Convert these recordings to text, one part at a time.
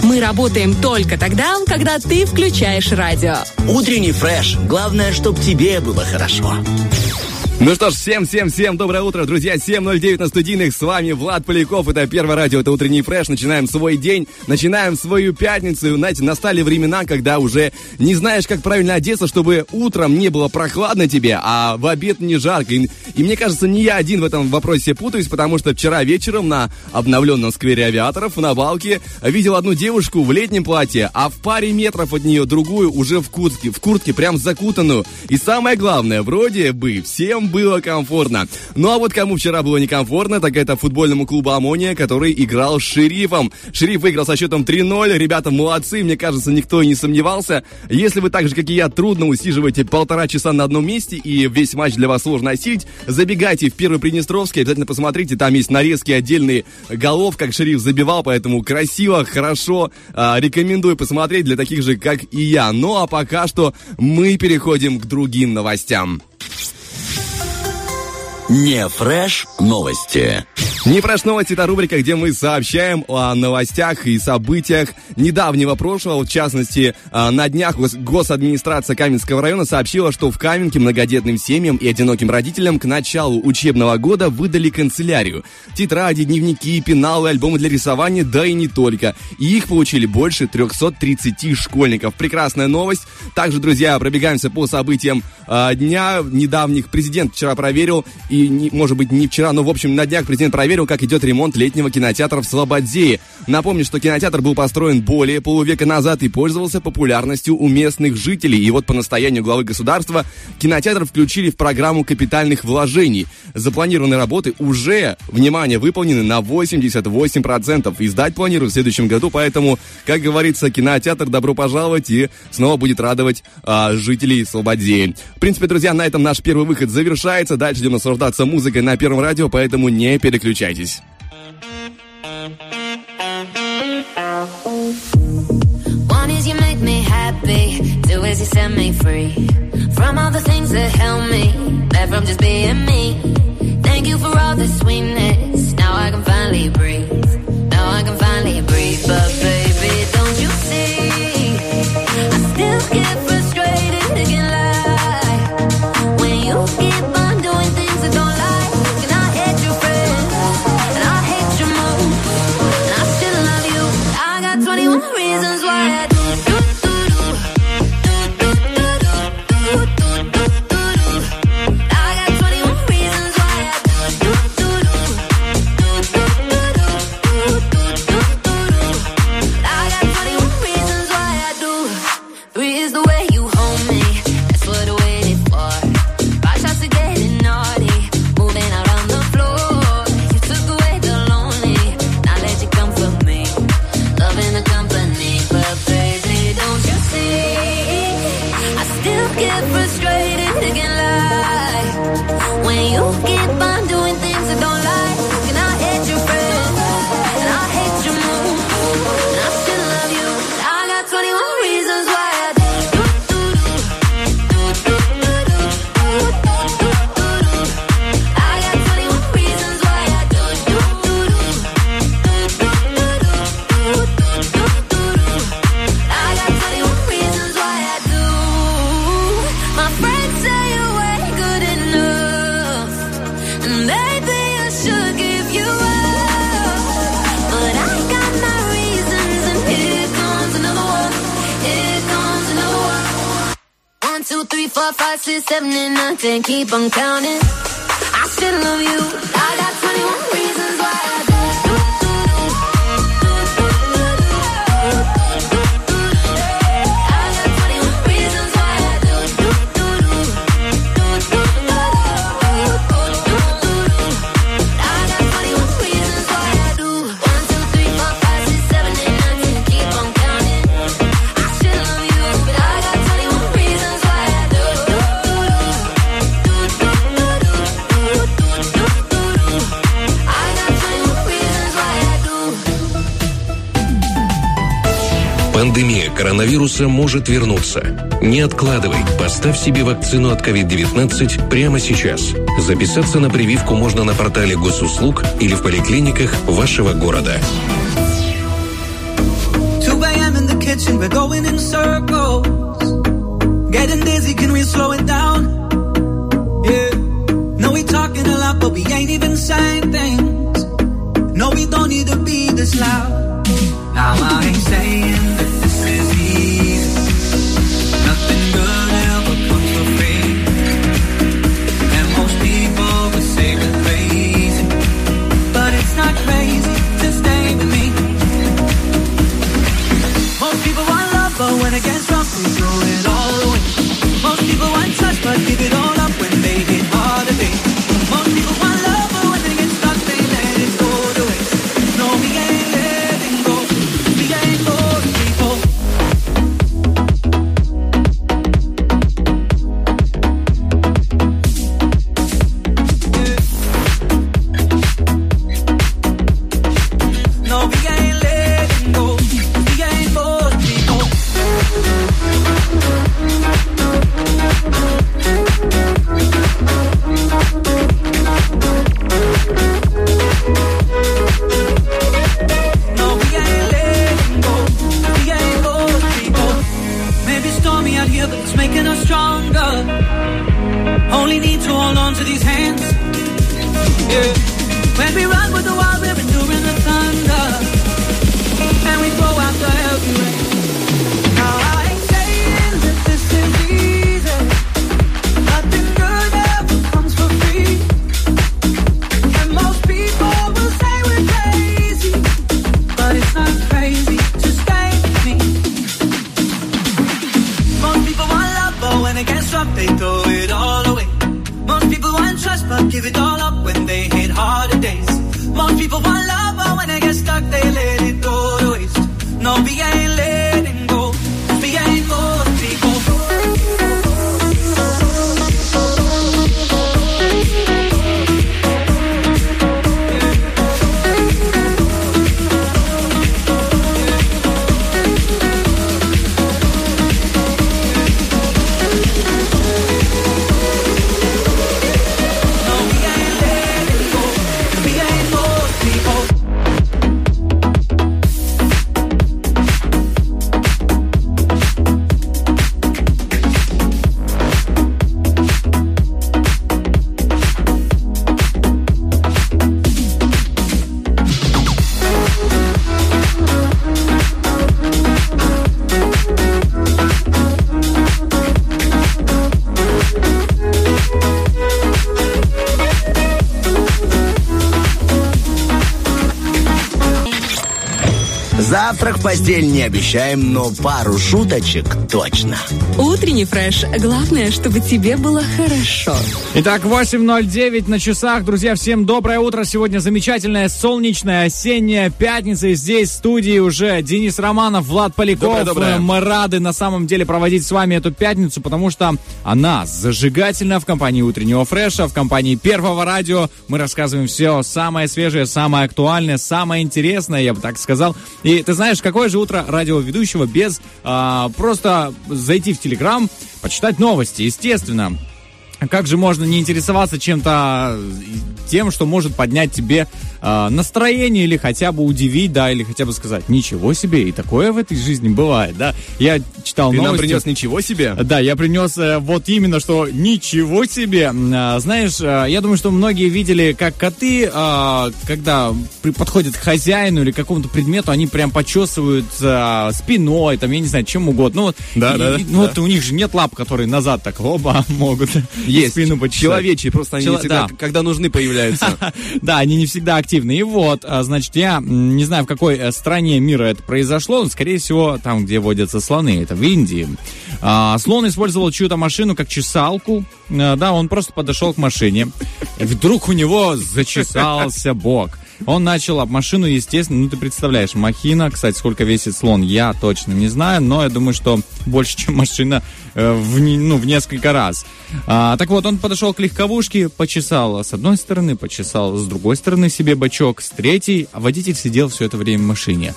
Мы работаем только тогда, когда ты включаешь радио. Утренний фреш. Главное, чтобы тебе было хорошо. Ну что ж, всем доброе утро, друзья. 7:09 на студийных. С вами Влад Поляков. Это Первое радио, это утренний фреш. Начинаем свой день, начинаем свою пятницу. Знаете, настали времена, когда уже не знаешь, как правильно одеться, чтобы утром не было прохладно тебе, а в обед не жарко. И мне кажется, не я один в этом вопросе путаюсь, потому что вчера вечером на обновленном сквере Авиаторов на Балке видел одну девушку в летнем платье, а в паре метров от нее другую уже в куртке прям закутанную. И самое главное, вроде бы всем было комфортно. Ну а вот кому вчера было некомфортно, так это футбольному клубу «Омония», который играл с «Шерифом». «Шериф» выиграл со счетом 3-0. Ребята молодцы, мне кажется, никто и не сомневался. Если вы так же, как и я, трудно усиживаете 1,5 часа на одном месте и весь матч для вас сложно осилить, забегайте в Первый Приднестровский, обязательно посмотрите, там есть нарезки отдельные голов, как «Шериф» забивал, поэтому красиво, хорошо, рекомендую посмотреть для таких же, как и я. Ну а пока что мы переходим к другим новостям. Не фреш новости. Не фреш новости — это рубрика, где мы сообщаем о новостях и событиях недавнего прошлого. В частности, на днях госадминистрация Каменского района сообщила, что в Каменке многодетным семьям и одиноким родителям к началу учебного года выдали канцелярию. Тетради, дневники, пеналы, альбомы для рисования, да и не только. И их получили больше 330 школьников. Прекрасная новость. Также, друзья, пробегаемся по событиям дня недавних. Президент вчера проверил, и, может быть, не вчера, но, в общем, на днях президент проверил, как идет ремонт летнего кинотеатра в Слободзее. Напомню, что кинотеатр был построен более полувека назад и пользовался популярностью у местных жителей. И вот по настоянию главы государства кинотеатр включили в программу капитальных вложений. Запланированные работы уже, внимание, выполнены на 88%. И сдать планируют в следующем году, поэтому, как говорится, кинотеатр добро пожаловать и снова будет радовать жителей Слободзеи. В принципе, друзья, на этом наш первый выход завершается. Дальше идем наслаждаться музыкой на Первом радио, поэтому не переключайтесь. One is you make me happy, two is you set me free from all the things that held me back from just being me. Thank you for all the sweetness. Now I can finally breathe. Now I can finally breathe. But baby, don't you see? I still get frustrated, can't lie. When you keep on doing things I don't like, and I hate your friends, and I hate your mood, and I still love you. I got 21 reasons why I do. And keep on counting. I still love you. I got 21 reasons why I do. Пандемия коронавируса может вернуться. Не откладывай. Поставь себе вакцину от COVID-19 прямо сейчас. Записаться на прививку можно на портале госуслуг или в поликлиниках вашего города. kitchen, we're going in circles. Getting dizzy, can we slow it down? Yeah. No, we talking a lot, but we ain't even saying things. No, we don't need to be this loud. Now I ain't saying that this is easy. Nothing good ever comes for free. And most people would say we're crazy, but it's not crazy to stay with me. Most people want love, but when it gets rough, they throw it all away. Most people want trust, but give it all up when they hit harder days. Most people want love, but when they get stuck, they let it go to waste. No, we ain't letting go. We ain't those people. Yeah. No, we ain't letting go. We ain't those people. No, we ain't letting go. We ain't those people. Maybe stormy out here, but it's making us stronger. Only need to hold on to these hands. Yeah. When we run with the wild, we're enduring the thunder. And we throw out the heavy rain. Now I ain't saying that this is easy. Nothing good ever comes for free. And most people will say we're crazy, but it's not crazy to stay with me. Most people want love, but when it gets rough, they throw it all away. Most people want trust, but give it all up when they hit harder days. Most people want love, but when they get stuck, they let it go to waste. No, we ain't letting go. We ain't those people. No, we ain't letting go. We ain't those people. Завтрак в постель не обещаем, но пару шуточек точно. Утренний фреш. Главное, чтобы тебе было хорошо. Итак, 8:09 на часах. Друзья, всем доброе утро. Сегодня замечательная солнечная осенняя пятница. И здесь в студии уже Денис Романов, Влад Поляков. Доброе. Мы рады на самом деле проводить с вами эту пятницу, потому что она зажигательна в компании утреннего фреша, в компании Первого радио. Мы рассказываем все самое свежее, самое актуальное, самое интересное, я бы так сказал. И ты знаешь, какое же утро радиоведущего без просто зайти в Телеграм, почитать новости, естественно. Как же можно не интересоваться чем-то тем, что может поднять тебе настроение или хотя бы удивить, да, или хотя бы сказать, ничего себе, и такое в этой жизни бывает, да. Я читал новости. Ты нам принес ничего себе? Да, я принес вот именно, что ничего себе. Знаешь, я думаю, что многие видели, как коты, когда подходят к хозяину или к какому-то предмету, они прям почесывают спиной, там, я не знаю, чем угодно. Ну, вот у них же нет лап, которые назад так, оба, могут есть спину почесать. Человечьи, просто они не всегда, когда нужны, появляются. Да, они не всегда активны. И вот, значит, я не знаю, в какой стране мира это произошло, но, скорее всего, там, где водятся слоны, это в Индии. Слон использовал чью-то машину как чесалку. Да, он просто подошел к машине, и вдруг у него зачесался бок. Он начал об машину, естественно, ну ты представляешь, махина, кстати, сколько весит слон, я точно не знаю, но я думаю, что больше, чем машина в несколько раз. Так вот, он подошел к легковушке, почесал с одной стороны, почесал с другой стороны себе бочок, с третьей, а водитель сидел все это время в машине.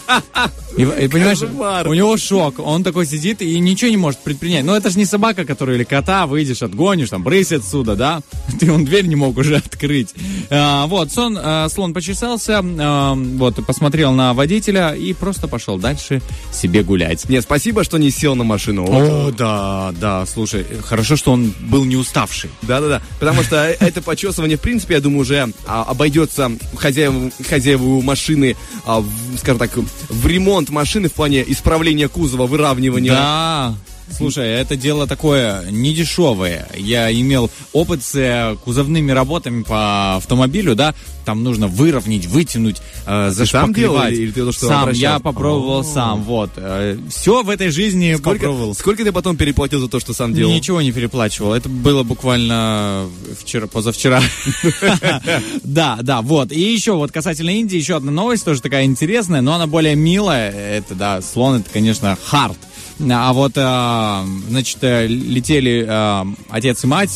И понимаешь, у него шок, он такой сидит и ничего не может предпринять. Ну это же не собака, которая или кота, выйдешь, отгонишь, там, брысь отсюда, да? Ты он дверь не мог уже открыть. Вот, слон слон почесался, вот, посмотрел на водителя и просто пошел дальше себе гулять. Нет, спасибо, что не сел на машину. О, да, слушай, хорошо, что он был не уставший. Да, потому что это почесывание, в принципе, я думаю, уже обойдется хозяеву машины, скажем так, в ремонт машины в плане исправления кузова, выравнивания. Да. Слушай, это дело такое недешевое. Я имел опыт с кузовными работами по автомобилю, да. Там нужно выровнять, вытянуть, зашпаклевать. Или ты что, сам, я попробовал сам, вот. Все в этой жизни попробовал. Сколько ты потом переплатил за то, что сам делал? Ничего не переплачивал. Это было буквально позавчера. Да, вот. И еще вот касательно Индии, еще одна новость, тоже такая интересная, но она более милая. Это, да, слон, это, конечно, хард. А вот, значит, летели отец и мать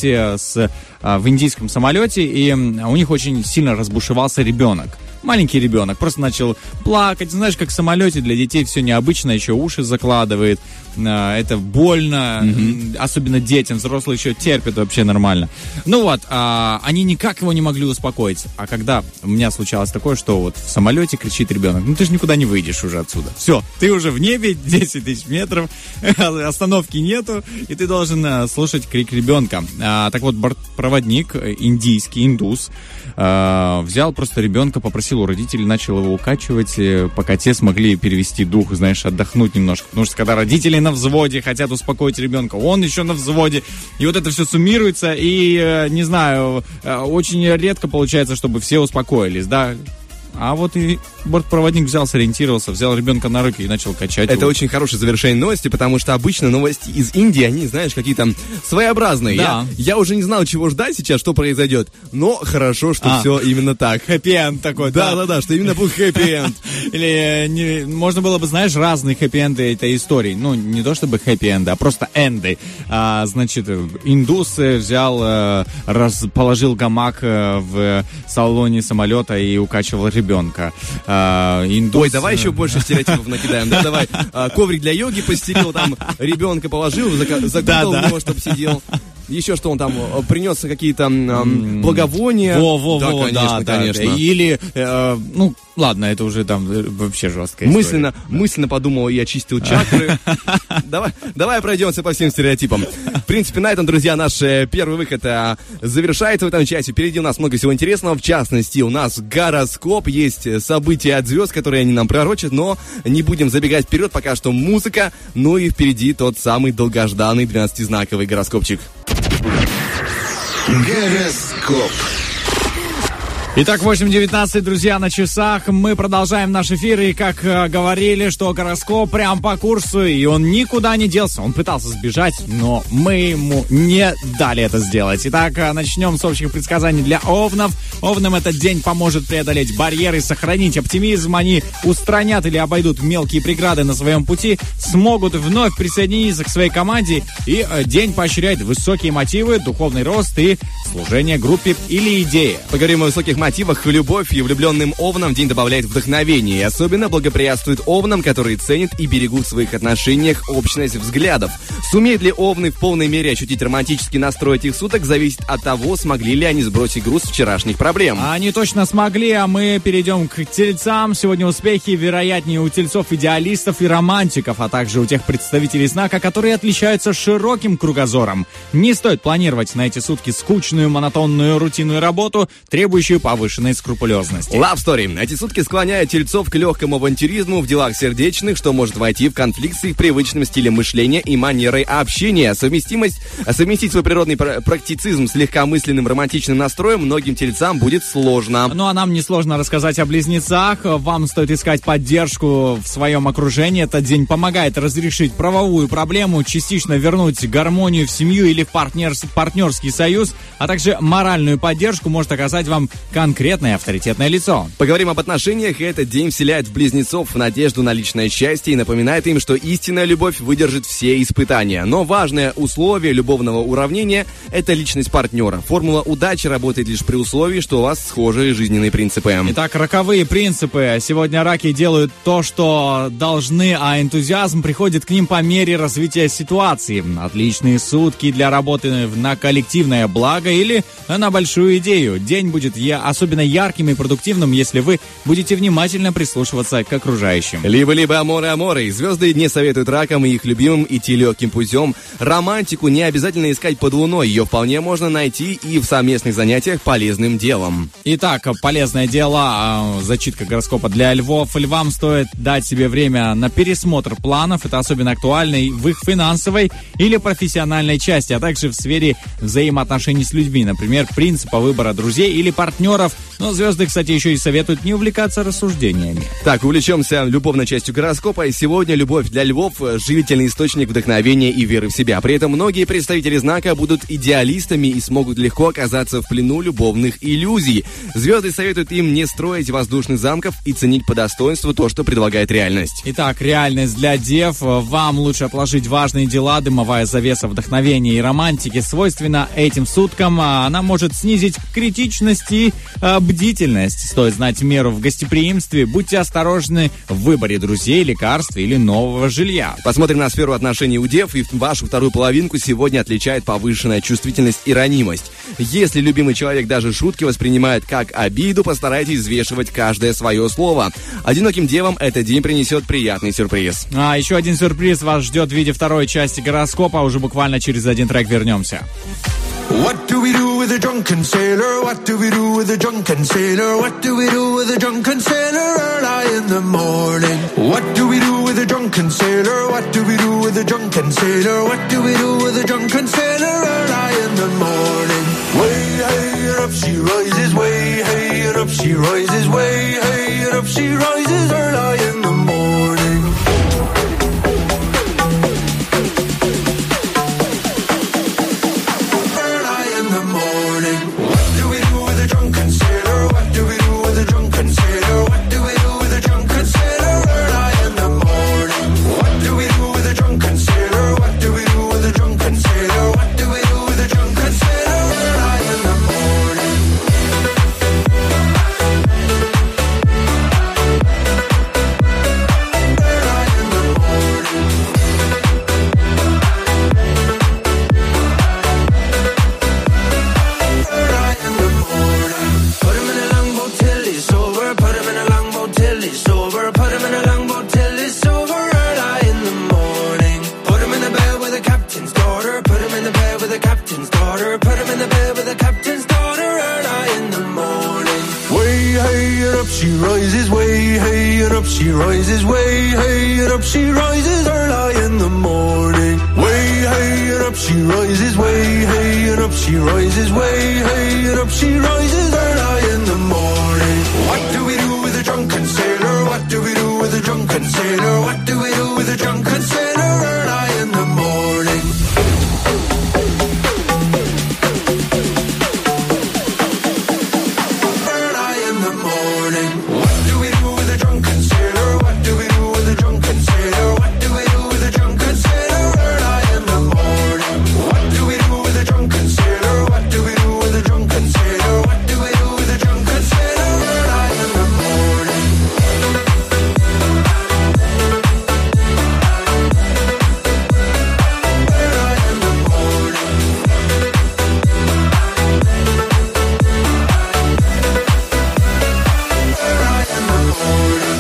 в индийском самолете, и у них очень сильно разбушевался ребенок. Маленький ребенок просто начал плакать. Знаешь, как в самолете для детей все необычно, еще уши закладывает. Это больно, особенно детям, взрослые еще терпят вообще нормально. Ну вот, они никак его не могли успокоить. А когда у меня случалось такое, что вот в самолете кричит ребенок, ну ты же никуда не выйдешь уже отсюда. Все, ты уже в небе, 10 тысяч метров, остановки нету, и ты должен слушать крик ребенка. Так вот, бортпроводник, индийский, индус, взял просто ребенка, попросил у родителей, начал его укачивать, пока те смогли перевести дух, знаешь, отдохнуть немножко. Потому что когда родители на взводе, хотят успокоить ребенка, он еще на взводе, и вот это все суммируется, и, не знаю, очень редко получается, чтобы все успокоились, да. А вот и бортпроводник взял, сориентировался, взял ребенка на руки и начал качать Это его. очень хорошее завершение новости, потому что обычно новости из Индии, они, знаешь, какие-то своеобразные. Да. Я уже не знал, чего ждать сейчас, что произойдет, но хорошо, что все именно так. Хэппи-энд такой, Да, что именно был хэппи-энд. Или можно было бы, знаешь, разные хэппи-энды этой истории. Ну, не то чтобы хэппи-энды, а просто энды. Значит, индус взял, положил гамак в салоне самолета и укачивал ребенка. Ой, давай еще больше стереотипов накидаем, да, давай. Коврик для йоги постелил, там ребенка положил, закутал в него, чтобы сидел. Еще что он там принес какие-то благовония. Да, конечно. Или, ну, ладно, это уже там вообще жесткая история. Мысленно подумал и очистил чакры. Давай пройдемся по всем стереотипам. В принципе, на этом, друзья, наш первый выход завершается в этом часе. Впереди у нас много всего интересного. В частности, у нас гороскоп. Есть события от звезд, которые они нам пророчат. Но не будем забегать вперед. Пока что музыка. Ну и впереди тот самый долгожданный 12-знаковый гороскопчик. Гороскоп. Итак, 8:19, друзья, на часах. Мы продолжаем наш эфир, и как говорили, что гороскоп прям по курсу, и он никуда не делся. Он пытался сбежать, но мы ему не дали это сделать. Итак, начнем с общих предсказаний для овнов. Овнам этот день поможет преодолеть барьеры, сохранить оптимизм. Они устранят или обойдут мелкие преграды на своем пути, смогут вновь присоединиться к своей команде, и день поощряет высокие мотивы, духовный рост и служение группе или идее. Поговорим о высоких мотивах. Любовь и влюбленным овнам день добавляет вдохновение и особенно благоприятствует овнам, которые ценят и берегут в своих отношениях общность взглядов. Сумеют ли овны в полной мере ощутить романтический настрой этих суток, зависит от того, смогли ли они сбросить груз вчерашних проблем. Они точно смогли, а мы перейдем к тельцам. Сегодня успехи вероятнее у тельцов идеалистов и романтиков, а также у тех представителей знака, которые отличаются широким кругозором. Не стоит планировать на эти сутки скучную, монотонную, рутинную работу, требующую повышенной скрупулезности. Love Story. Эти сутки склоняют тельцов к легкому авантюризму в делах сердечных, что может войти в конфликт с их привычным стилем мышления и манерой общения. Совместить свой природный практицизм с легкомысленным романтичным настроем многим тельцам будет сложно. Ну а нам несложно рассказать о близнецах. Вам стоит искать поддержку в своем окружении. Этот день помогает разрешить правовую проблему, частично вернуть гармонию в семью или в партнерский союз, а также моральную поддержку может оказать вам конкретное авторитетное лицо. Поговорим об отношениях. Этот день вселяет в близнецов надежду на личное счастье и напоминает им, что истинная любовь выдержит все испытания. Но важное условие любовного уравнения – это личность партнера. Формула удачи работает лишь при условии, что у вас схожие жизненные принципы. Итак, роковые принципы. Сегодня раки делают то, что должны, а энтузиазм приходит к ним по мере развития ситуации. Отличные сутки для работы на коллективное благо или на большую идею. День будет особенно ярким и продуктивным, если вы будете внимательно прислушиваться к окружающим. Либо аморы. Звезды не советуют ракам и их любимым идти легким путем. Романтику не обязательно искать под луной, ее вполне можно найти и в совместных занятиях полезным делом. Итак, полезное дело, зачитка гороскопа для львов. Львам стоит дать себе время на пересмотр планов, это особенно актуально в их финансовой или профессиональной части, а также в сфере взаимоотношений с людьми, например, принципа выбора друзей или партнеров. Но звезды, кстати, еще и советуют не увлекаться рассуждениями. Так, увлечемся любовной частью гороскопа. И сегодня любовь для львов – живительный источник вдохновения и веры в себя. При этом многие представители знака будут идеалистами и смогут легко оказаться в плену любовных иллюзий. Звезды советуют им не строить воздушных замков и ценить по достоинству то, что предлагает реальность. Итак, реальность для дев. Вам лучше отложить важные дела. Дымовая завеса вдохновения и романтики свойственна этим суткам. Она может снизить критичность и бдительность. Стоит знать меру в гостеприимстве. Будьте осторожны в выборе друзей, лекарств или нового жилья. Посмотрим на сферу отношений у дев, и вашу вторую половинку сегодня отличает повышенная чувствительность и ранимость. Если любимый человек даже шутки воспринимает как обиду, постарайтесь взвешивать каждое свое слово. Одиноким девам этот день принесет приятный сюрприз. А еще один сюрприз вас ждет в виде второй части гороскопа. Уже буквально через один трек вернемся. What do we do with a drunken sailor? What do we do with a drunken sailor? What do we do with a drunken sailor early in the morning? What do we do with a drunken sailor? What do we do with a drunken sailor? What do we do with a drunken sailor early in the morning? Way hey and up she rises, way hey and up she rises, way hey and up she rises early in the morning. She rises way hey and up she rises early in the morning. Way hey and up she rises, way hey and up she rises, way hey and up she rises early in the morning. What do we do with a drunken sailor? What do we do with a drunken sailor? What do we do with a drunken sailor early in the morning? Early in the morning. What do we do with a drunken sailor? What do we do with a drunken sailor? What do we do with a drunken sailor early in the morning? What do we do with a drunken sailor? What do we do with a drunken sailor? What do we do with a drunken sailor early in the morning? Early in the morning. Early in the morning.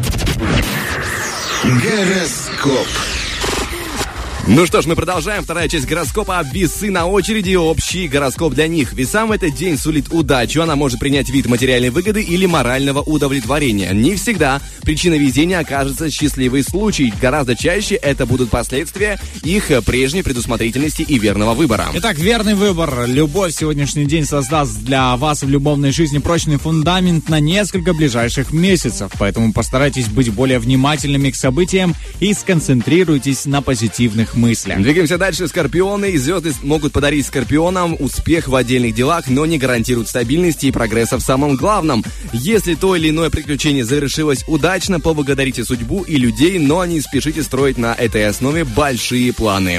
Гороскоп. Ну что ж, мы продолжаем. Вторая часть гороскопа. Весы на очереди. Общий гороскоп для них. Весам этот день сулит удачу. Она может принять вид материальной выгоды или морального удовлетворения. Не всегда причиной везения окажется счастливый случай. Гораздо чаще это будут последствия их прежней предусмотрительности и верного выбора. Итак, верный выбор. Любовь сегодняшний день создаст для вас в любовной жизни прочный фундамент на несколько ближайших месяцев. Поэтому постарайтесь быть более внимательными к событиям и сконцентрируйтесь на позитивных мыслях. Двигаемся дальше. Скорпионы. Звезды могут подарить скорпионам успех в отдельных делах, но не гарантируют стабильности и прогресса в самом главном. Если то или иное приключение завершилось удачно, поблагодарите судьбу и людей, но не спешите строить на этой основе большие планы.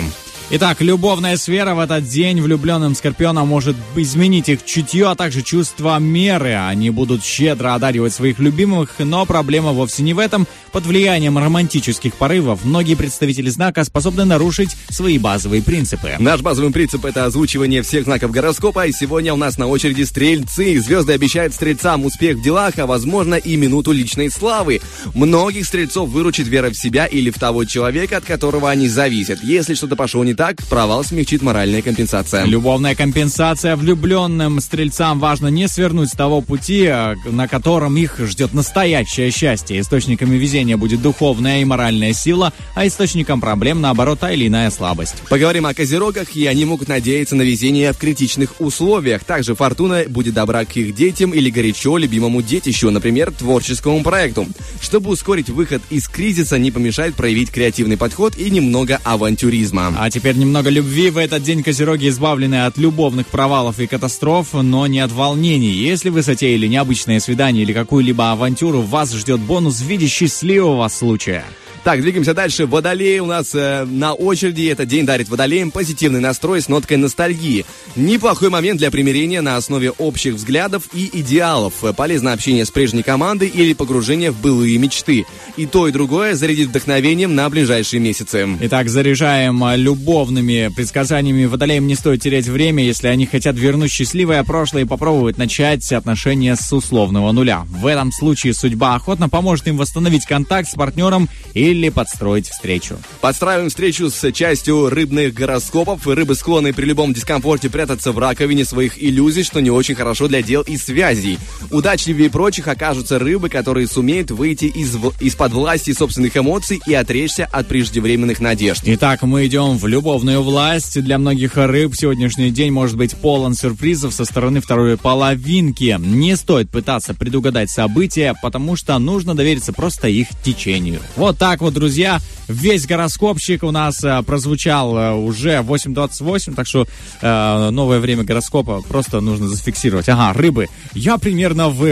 Итак, любовная сфера в этот день влюбленным скорпионам может изменить их чутье, а также чувство меры. Они будут щедро одаривать своих любимых, но проблема вовсе не в этом. Под влиянием романтических порывов многие представители знака способны нарушить свои базовые принципы. Наш базовый принцип — это озвучивание всех знаков гороскопа, и сегодня у нас на очереди стрельцы. Звезды обещают стрельцам успех в делах, а возможно и минуту личной славы. Многих стрельцов выручит вера в себя или в того человека, от которого они зависят. Если что-то пошло не так, провал смягчит моральная компенсация. Любовная компенсация. Влюбленным стрельцам важно не свернуть с того пути, на котором их ждет настоящее счастье. Источниками везения будет духовная и моральная сила, а источником проблем, наоборот, та или иная слабость. Поговорим о козерогах, и они могут надеяться на везение в критичных условиях. Также фортуна будет добра к их детям или горячо любимому детищу, например, творческому проекту. Чтобы ускорить выход из кризиса, не помешает проявить креативный подход и немного авантюризма. А теперь немного любви. В этот день козероги избавлены от любовных провалов и катастроф, но не от волнений. Если вы затеяли необычное свидание или какую-либо авантюру, вас ждет бонус в виде счастливого случая. Так, двигаемся дальше. Водолеи у нас на очереди. Этот день дарит водолеям позитивный настрой с ноткой ностальгии. Неплохой момент для примирения на основе общих взглядов и идеалов. Полезно общение с прежней командой или погружение в былые мечты. И то, и другое зарядит вдохновением на ближайшие месяцы. Итак, заряжаем любовными предсказаниями. Водолеям не стоит терять время, если они хотят вернуть счастливое прошлое и попробовать начать отношения с условного нуля. В этом случае судьба охотно поможет им восстановить контакт с партнером или подстроить встречу. Подстраиваем встречу с частью рыбных гороскопов. Рыбы склонны при любом дискомфорте прятаться в раковине своих иллюзий, что не очень хорошо для дел и связей. Удачливее прочих окажутся рыбы, которые сумеют выйти из-под власти собственных эмоций и отречься от преждевременных надежд. Итак, мы идем в любовную власть. Для многих рыб сегодняшний день может быть полон сюрпризов со стороны второй половинки. Не стоит пытаться предугадать события, потому что нужно довериться просто их течению. Вот так вот, друзья, весь гороскопчик у нас прозвучал уже 8:28, так что новое время гороскопа просто нужно зафиксировать. Ага, рыбы, я примерно в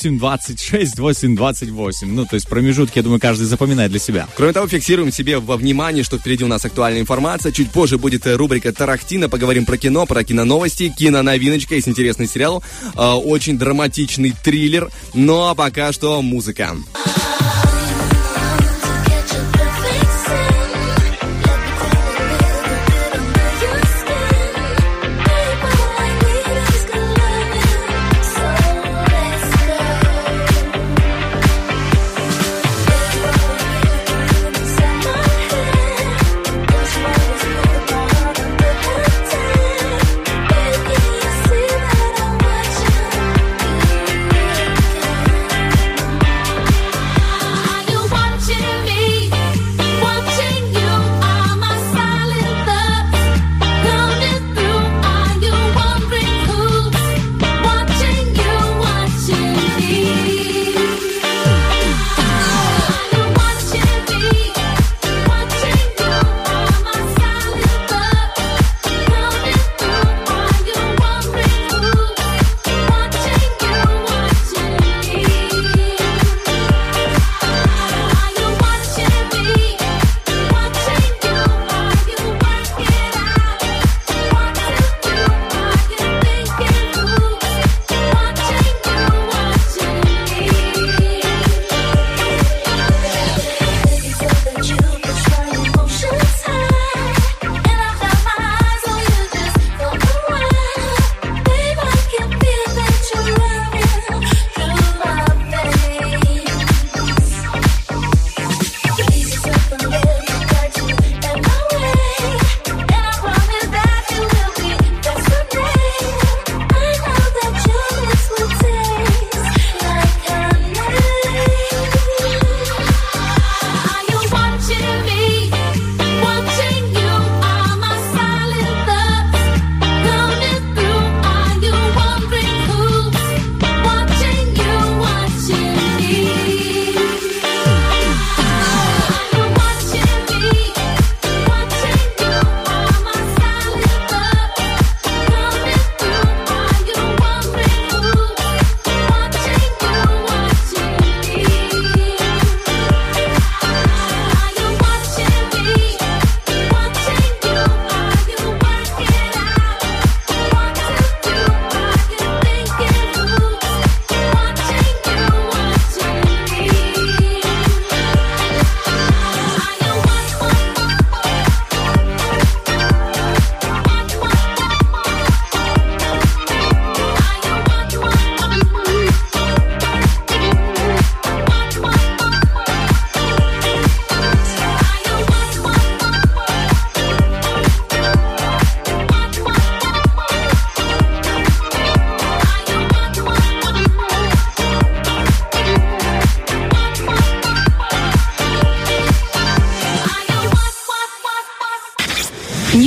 8:26, 8:28. Ну, то есть промежутки, я думаю, каждый запоминает для себя. Кроме того, фиксируем себе во внимание, что впереди у нас актуальная информация. Чуть позже будет рубрика «Тарахтина». Поговорим про кино, про киноновости. Киноновиночка, есть интересный сериал, очень драматичный триллер. Ну, а пока что музыка.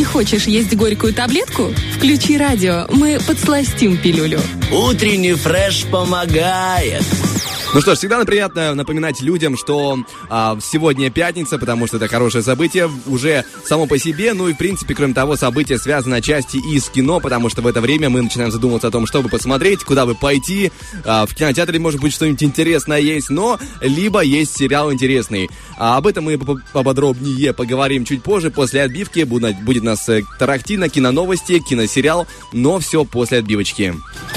хочешь есть горькую таблетку? Включи радио, мы подсластим пилюлю. Утренний фреш помогает. Ну что ж, всегда приятно напоминать людям, что сегодня пятница, потому что это хорошее событие уже само по себе. Ну и, в принципе, кроме того, событие связано отчасти и с кино, потому что в это время мы начинаем задумываться о том, что бы посмотреть, куда бы пойти. В кинотеатре, может быть, что-нибудь интересное есть, но либо есть сериал интересный. Об этом мы поподробнее поговорим чуть позже, после отбивки. Будет у нас тарахтина, киноновости, киносериал, но все после отбивочки.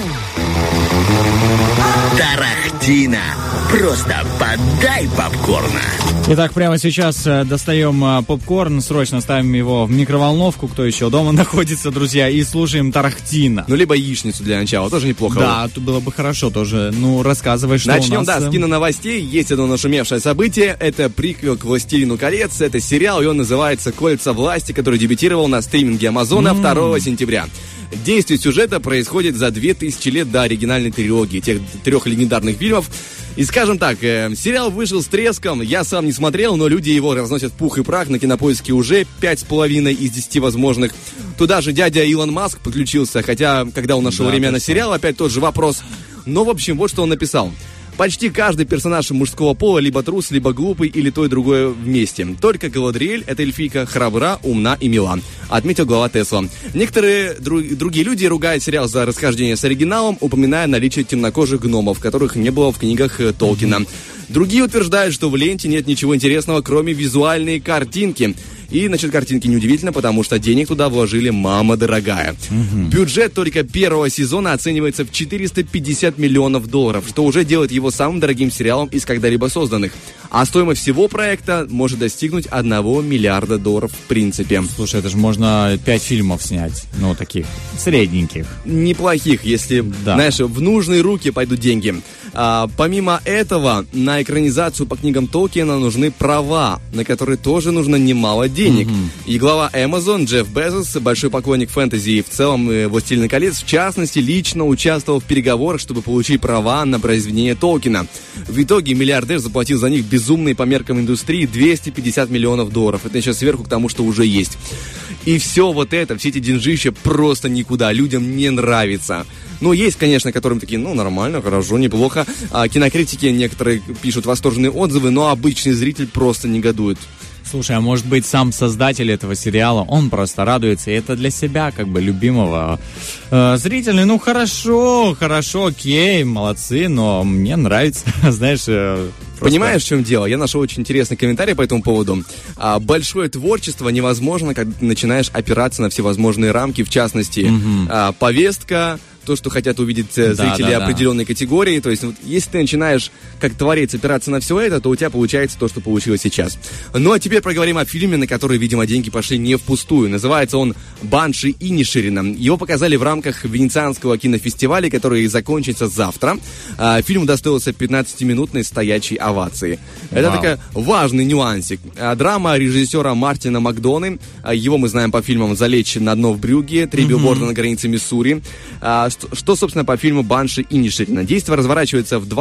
Тарахтина. Просто подай попкорна. Итак, прямо сейчас достаем попкорн, срочно ставим его в микроволновку, кто еще дома находится, друзья, и слушаем тарахтина. Ну, либо яичницу для начала, тоже неплохо. Да, тут было бы хорошо тоже. Ну, рассказывай, что начнем, у нас. Начнем, с киноновостей. Есть одно нашумевшее событие. Это приквел к «Властелину колец». Это сериал, и он называется «Кольца власти», который дебютировал на стриминге Амазона 2 сентября. Действие сюжета происходит за 2000 лет до оригинальной трилогии, тех 3 легендарных фильмов. И скажем так, сериал вышел с треском, я сам не смотрел, но люди его разносят в пух и прах, на Кинопоиске уже 5,5 из 10 возможных. Туда же дядя Илон Маск подключился, хотя, когда он нашел время на сериал, опять тот же вопрос. Но, в общем, вот что он написал. Почти каждый персонаж мужского пола либо трус, либо глупый, или то и другое вместе. Только Галадриэль, эта эльфийка, храбра, умна и мила, отметил глава Тесла. Некоторые другие люди ругают сериал за расхождение с оригиналом, упоминая наличие темнокожих гномов, которых не было в книгах Толкина. Другие утверждают, что в ленте нет ничего интересного, кроме визуальной картинки. И насчет картинки неудивительно, потому что денег туда вложили мама дорогая. Бюджет только первого сезона оценивается в $450 миллионов, что уже делает его самым дорогим сериалом из когда-либо созданных. А стоимость всего проекта может достигнуть $1 миллиарда в принципе. Слушай, это же можно 5 фильмов снять, ну, таких средненьких. Неплохих, если, знаешь, в нужные руки пойдут деньги. Помимо этого, на экранизацию по книгам Толкина нужны права, на которые тоже нужно немало денег. И глава Amazon Джефф Безос, большой поклонник фэнтези и в целом «Властелина колец», в частности, лично участвовал в переговорах, чтобы получить права на произведение Толкина. В итоге миллиардер заплатил за них безумные по меркам индустрии $250 миллионов. Это еще сверху к тому, что уже есть. И все вот это, все эти деньжища просто никуда, людям не нравится. Ну, есть, конечно, которым такие, ну, нормально, хорошо, неплохо. Кинокритики некоторые пишут восторженные отзывы, но обычный зритель просто негодует. Слушай, а может быть, сам создатель этого сериала, он просто радуется, и это для себя, как бы, любимого зрителя. Ну, хорошо, окей, молодцы, но мне нравится, знаешь... Понимаешь, в чем дело? Я нашел очень интересный комментарий по этому поводу. Большое творчество невозможно, когда ты начинаешь опираться на всевозможные рамки, в частности, повестка, то, что хотят увидеть зрители определенной категории. То есть, вот, если ты начинаешь, как творец, опираться на все это, то у тебя получается то, что получилось сейчас. Ну, а теперь проговорим о фильме, на который, видимо, деньги пошли не впустую. Называется он «Банши Иниширина». Его показали в рамках Венецианского кинофестиваля, который закончится завтра. Фильм удостоился 15-минутной стоячей овации. Это такой важный нюансик. Драма режиссера Мартина Макдоны. Его мы знаем по фильмам «Залечь на дно в Брюгге», «Три билборда на границе Миссури». Что, собственно, по фильму «Банши Иниширина». Действие разворачивается в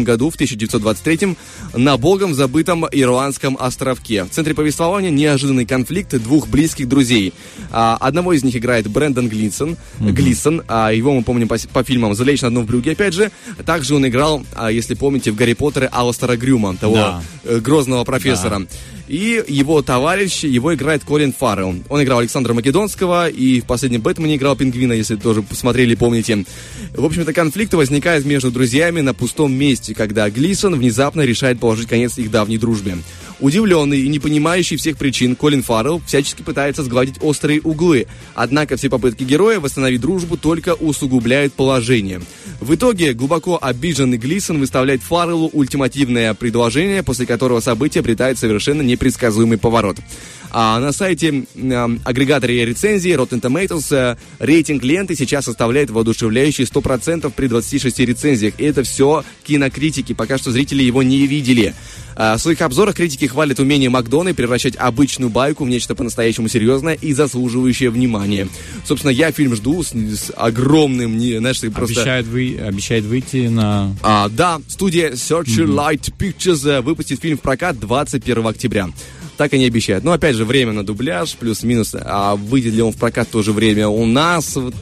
1923 на богом забытом ирландском островке. В центре повествования неожиданный конфликт двух близких друзей. Одного из них играет Брэндон Глисон. Его мы помним по фильмам «Залечь на дно в Брюгге», опять же. Также он играл, если помните, в «Гарри Поттере» Аластера Грюма, того грозного профессора. И его товарищ, его играет Колин Фаррелл. Он играл Александра Македонского и в последнем «Бэтмене» играл Пингвина, если тоже посмотрели, помните. В общем-то, конфликт возникает между друзьями на пустом месте, когда Глисон внезапно решает положить конец их давней дружбе. Удивленный и не понимающий всех причин, Колин Фаррелл всячески пытается сгладить острые углы. Однако все попытки героя восстановить дружбу только усугубляют положение. В итоге глубоко обиженный Глисон выставляет Фарреллу ультимативное предложение, после которого событие обретает совершенно непредсказуемый поворот. А на сайте агрегаторе рецензий Rotten Tomatoes рейтинг ленты сейчас составляет воодушевляющие 100% при 26 рецензиях. И это все кинокритики, пока что зрители его не видели. В своих обзорах критики хвалят умение Макдоны превращать обычную байку в нечто по-настоящему серьезное и заслуживающее внимания. Собственно, я фильм жду с огромным... Знаешь, просто... Обещает выйти на... Да, студия Searchlight Pictures выпустит фильм в прокат 21 октября. так они обещают. Но опять же, время на дубляж, плюс-минус, а выйдет ли он в прокат в то же время у нас, вот,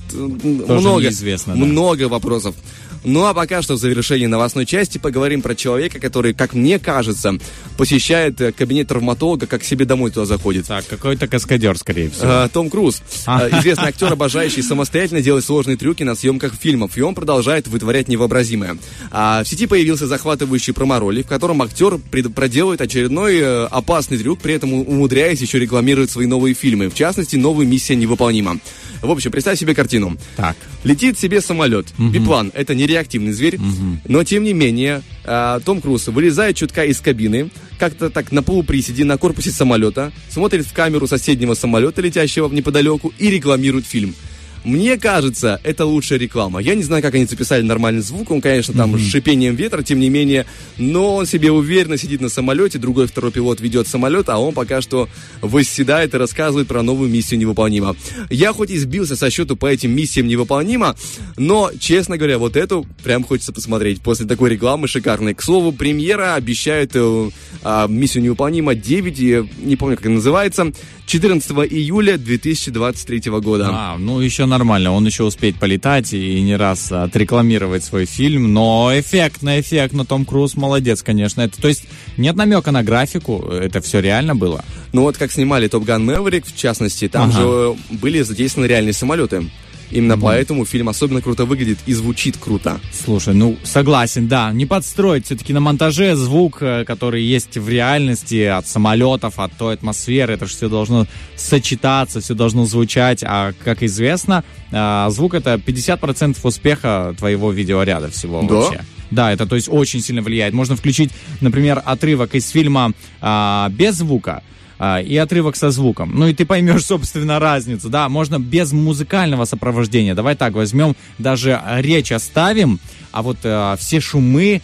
много вопросов. Ну а пока что в завершении новостной части поговорим про человека, который, как мне кажется, посещает кабинет травматолога, как к себе домой туда заходит. Так, какой-то каскадер, скорее всего. Том Круз. Известный актер, обожающий самостоятельно делать сложные трюки на съемках фильмов, и он продолжает вытворять невообразимое. В сети появился захватывающий промо-ролик, в котором актер проделывает очередной опасный трюк, при этом умудряясь еще рекламировать свои новые фильмы. В частности, новую «Миссия невыполнима». В общем, представь себе картину. Так. Летит себе самолет. Биплан. Это не реактивный зверь. Но, тем не менее, Том Круз вылезает чутка из кабины, как-то так на полуприседе на корпусе самолета, смотрит в камеру соседнего самолета, летящего неподалеку, и рекламирует фильм. Мне кажется, это лучшая реклама. Я не знаю, как они записали нормальный звук. Он, конечно, там с шипением ветра, тем не менее. Но он себе уверенно сидит на самолете. Второй пилот ведет самолет, а он пока что восседает и рассказывает про новую «Миссию невыполнима». Я хоть и сбился со счету по этим «Миссиям невыполнима», но, честно говоря, вот эту прям хочется посмотреть. После такой рекламы шикарной. К слову, премьера обещает «Миссию невыполнима 9», я не помню, как она называется, 14 июля 2023 года. Ну еще нормально, он еще успеет полетать и не раз отрекламировать свой фильм, но эффектно, Том Круз молодец, конечно. То есть нет намека на графику, это все реально было? Ну вот как снимали Top Gun Maverick, в частности, там же были задействованы реальные самолеты. Именно поэтому фильм особенно круто выглядит и звучит круто. Слушай, согласен, да. Не подстроить все-таки на монтаже звук, который есть в реальности, от самолетов, от той атмосферы. Это же все должно сочетаться, все должно звучать. А, как известно, звук — это 50% успеха твоего видеоряда всего вообще. Да, это то есть очень сильно влияет. Можно включить, например, отрывок из фильма без звука, и отрывок со звуком. Ну и ты поймешь, собственно, разницу. Да, можно без музыкального сопровождения. Давай так, возьмем, даже речь оставим, а вот все шумы,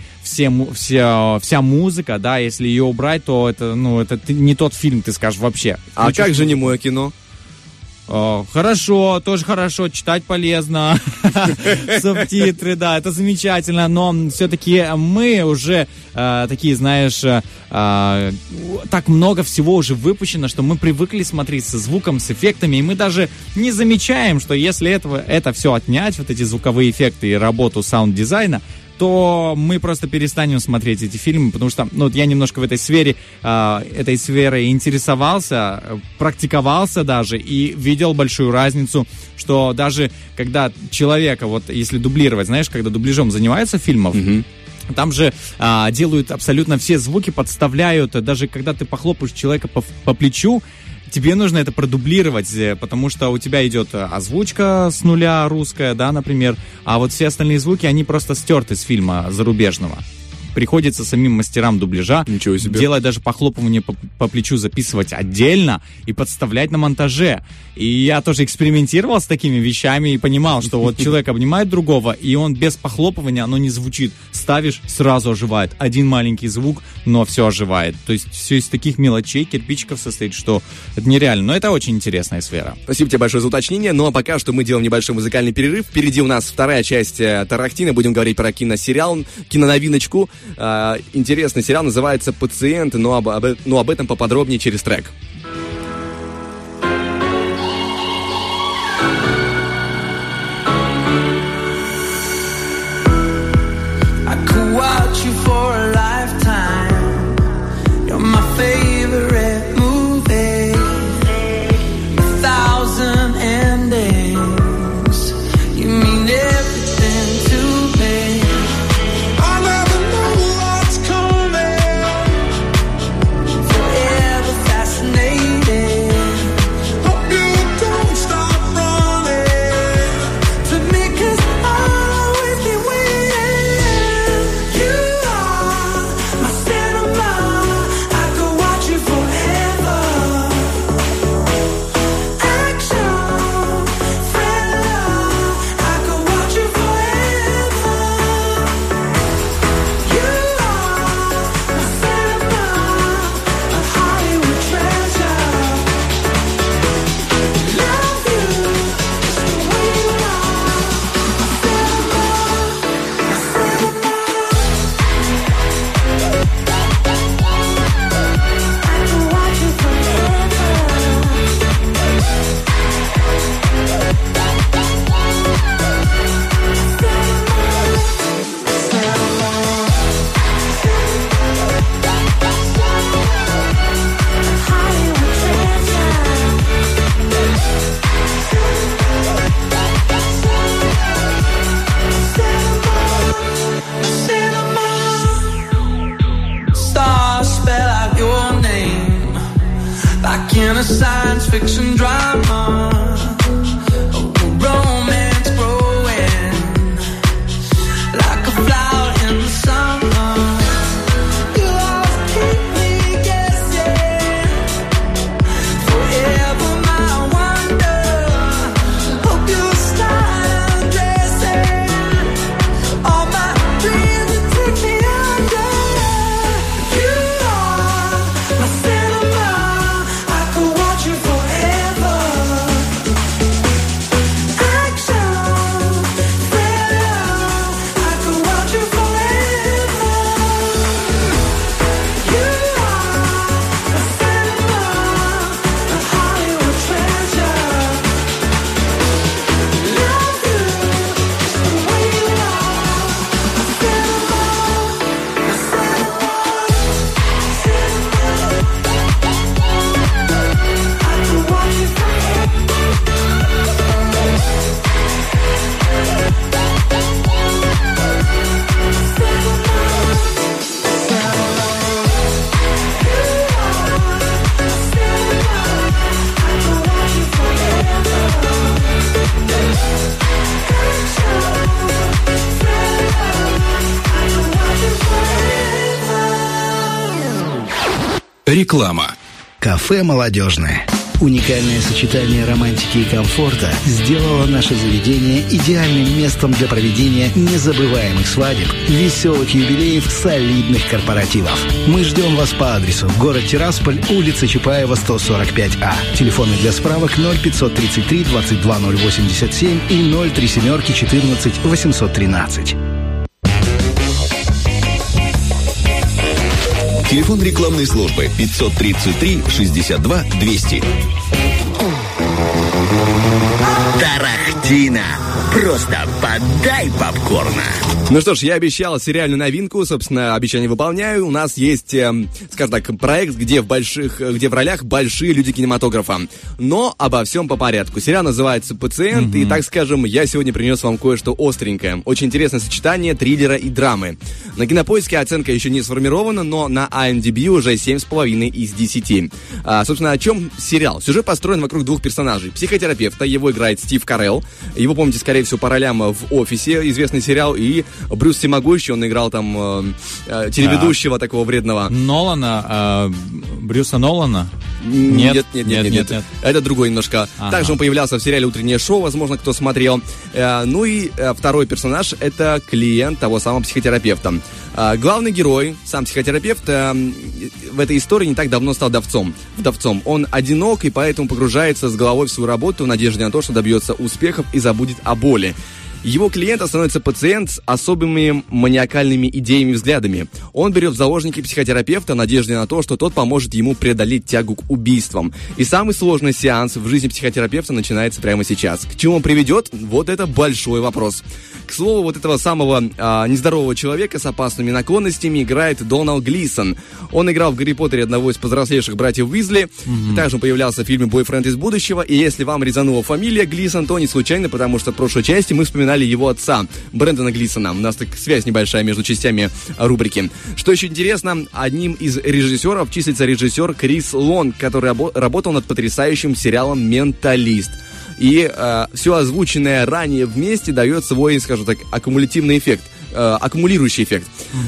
вся музыка, да, если ее убрать, то это не тот фильм, ты скажешь вообще. А как же немое кино? Хорошо, тоже хорошо, читать полезно, субтитры, да, это замечательно, но все-таки мы уже такие, знаешь, так много всего уже выпущено, что мы привыкли смотреть со звуком, с эффектами, и мы даже не замечаем, что если это все отнять, вот эти звуковые эффекты и работу саунд-дизайна, то мы просто перестанем смотреть эти фильмы, потому что я немножко в этой сферой интересовался, практиковался даже и видел большую разницу, что даже когда человека, вот если дублировать, знаешь, когда дубляжом занимаются фильмов, там же делают абсолютно все звуки, подставляют, даже когда ты похлопаешь человека по плечу, тебе нужно это продублировать, потому что у тебя идет озвучка с нуля русская, да, например, а вот все остальные звуки, они просто стерты с фильма зарубежного. Приходится самим мастерам дубляжа делать даже похлопывание по плечу, записывать отдельно и подставлять на монтаже. И я тоже экспериментировал с такими вещами и понимал, что вот человек обнимает другого, и он без похлопывания, оно не звучит. Ставишь, сразу оживает. Один маленький звук, но все оживает. То есть все из таких мелочей, кирпичиков состоит, что это нереально. Но это очень интересная сфера. Спасибо тебе большое за уточнение. Ну а пока что мы делаем небольшой музыкальный перерыв. Впереди у нас вторая часть Тарахтина. Будем говорить про киносериал, киноновиночку. Интересный сериал, называется «Пациент», но об этом поподробнее через трек. Fascinating. in a science fiction drama. Romance growing like a flower in the summer. You always keep me guessing, forever my wonder. Hope you start dressing all my dreams and take me under. You are my cinema, I could watch you forever. Action, thriller, I could watch you forever. You are my cinema, a Hollywood treasure. Love you just the way you are. My cinema, my cinema, I could watch you Реклама. Кафе «Молодежное». Уникальное сочетание романтики и комфорта сделало наше заведение идеальным местом для проведения незабываемых свадеб, веселых юбилеев, солидных корпоративов. Мы ждем вас по адресу: город Тирасполь, улица Чапаева, 145А. Телефоны для справок 0533 22087 и 037 14 813. Телефон рекламной службы 533 62 200. Тарахтина. Просто подай попкорна. Ну что ж, я обещал сериальную новинку, собственно, обещание выполняю. У нас есть, скажем так, проект, где в ролях большие люди кинематографа. Но обо всем по порядку. Сериал называется «Пациент», и, так скажем, я сегодня принес вам кое-что остренькое. Очень интересное сочетание триллера и драмы. На Кинопоиске оценка еще не сформирована, но на IMDb уже 7,5 из 10. Собственно, о чем сериал? Сюжет построен вокруг двух персонажей. Психотерапевта, его играет Стив Карелл. Его помните, скорее всего, по ролям в «Офисе», известный сериал, и Брюс Всемогущий, он играл там телеведущего такого вредного. Нолана, Брюса Нолана? Нет. Это другой немножко. Ага. Также он появлялся в сериале «Утреннее шоу», возможно, кто смотрел. Ну и второй персонаж — это клиент того самого психотерапевта. Главный герой, сам психотерапевт, в этой истории не так давно стал вдовцом. Он одинок и поэтому погружается с головой в свою работу в надежде на то, что добьется успехов и забудет о боли. Его клиентом становится пациент с особыми маниакальными идеями и взглядами. Он берет в заложники психотерапевта в надежде на то, что тот поможет ему преодолеть тягу к убийствам. И самый сложный сеанс в жизни психотерапевта начинается прямо сейчас. К чему он приведет? Вот это большой вопрос. К слову, вот этого самого нездорового человека с опасными наклонностями играет Дональд Глисон. Он играл в «Гарри Поттере» одного из повзрослевших братьев Уизли. Также он появлялся в фильме «Бойфренд из будущего». И если вам резанула фамилия Глисон, то не случайно, потому что в прошлой части мы вспоминали его отца, Брэндона Глисона. У нас так связь небольшая между частями рубрики. Что еще интересно, одним из режиссеров числится режиссер Крис Лонг, который работал над потрясающим сериалом «Менталист». И все озвученное ранее вместе дает свой, скажем так, аккумулирующий эффект.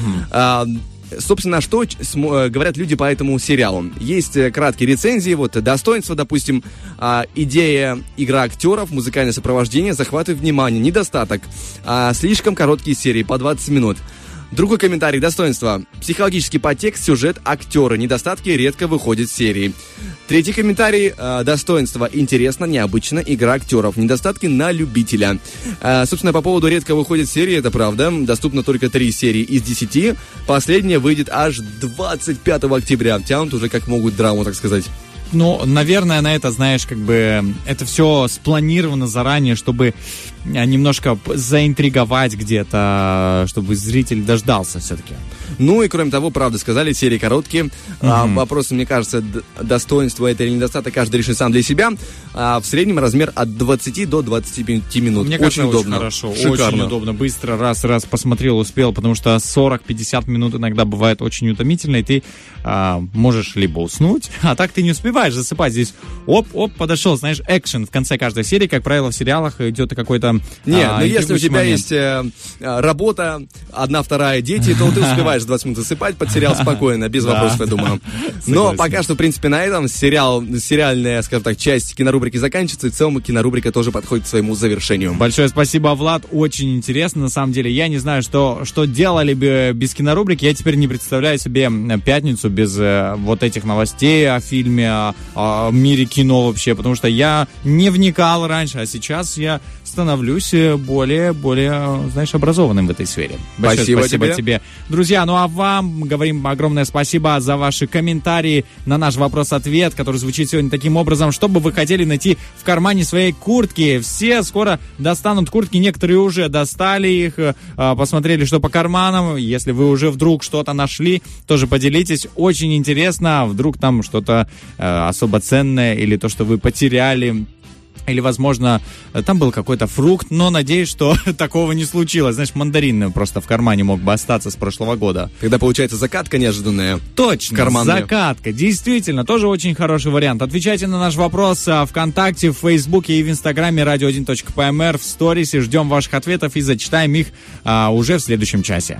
Собственно, что говорят люди по этому сериалу? Есть краткие рецензии, вот достоинства, допустим, идея, игра актеров, музыкальное сопровождение захватывает внимание. Недостаток: слишком короткие серии, по 20 минут. Другой комментарий: достоинство: психологический подтекст, сюжет, актеры. Недостатки: редко выходят серии. Третий комментарий: достоинство: интересно, необычно, игра актеров. Недостатки: на любителя. Собственно, по поводу редко выходят серии, это правда. Доступно только 3 серии из 10. Последняя выйдет аж 25 октября. Тянут уже как могут драму, так сказать. Ну, наверное, на это, знаешь, как бы это все спланировано заранее, чтобы немножко заинтриговать где-то, чтобы зритель дождался все-таки. Ну и кроме того, правда, сказали, серии короткие. Вопросы, мне кажется, достоинство это или недостаток, каждый решит сам для себя. В среднем размер от 20 до 25 минут. Мне очень кажется, удобно. Очень хорошо, шикарно. очень удобно. Быстро, раз посмотрел, успел, потому что 40-50 минут иногда бывает очень утомительно, и ты можешь либо уснуть, а так ты не успеваешь засыпать. Здесь оп, подошел, знаешь, экшен в конце каждой серии, как правило, в сериалах идет какой-то Нет, но если у тебя момент. есть работа, 1-2, дети, то ты успеваешь 20 минут засыпать под сериал спокойно, без вопросов, я думаю. Но пока что, в принципе, на этом сериальная, скажем так, часть кинорубрики заканчивается, и в целом кинорубрика тоже подходит к своему завершению. Большое спасибо, Влад, очень интересно, на самом деле. Я не знаю, что делали бы без кинорубрики, я теперь не представляю себе пятницу без вот этих новостей о фильме, о мире кино вообще, потому что я не вникал раньше, а сейчас я становлюсь более, знаешь, образованным в этой сфере. Большое спасибо тебе. Друзья, ну а вам говорим огромное спасибо за ваши комментарии на наш вопрос-ответ, который звучит сегодня таким образом: что бы вы хотели найти в кармане своей куртки? Все скоро достанут куртки, некоторые уже достали их, посмотрели, что по карманам. Если вы уже вдруг что-то нашли, тоже поделитесь. Очень интересно, вдруг там что-то особо ценное или то, что вы потеряли. Или, возможно, там был какой-то фрукт, но надеюсь, что такого не случилось. Знаешь, мандарин просто в кармане мог бы остаться с прошлого года. Тогда получается закатка неожиданная. Точно, карманная. Закатка. Действительно, тоже очень хороший вариант. Отвечайте на наш вопрос ВКонтакте, в Фейсбуке и в Инстаграме radio1.pmr, в сторисе. Ждем ваших ответов и зачитаем их уже в следующем часе.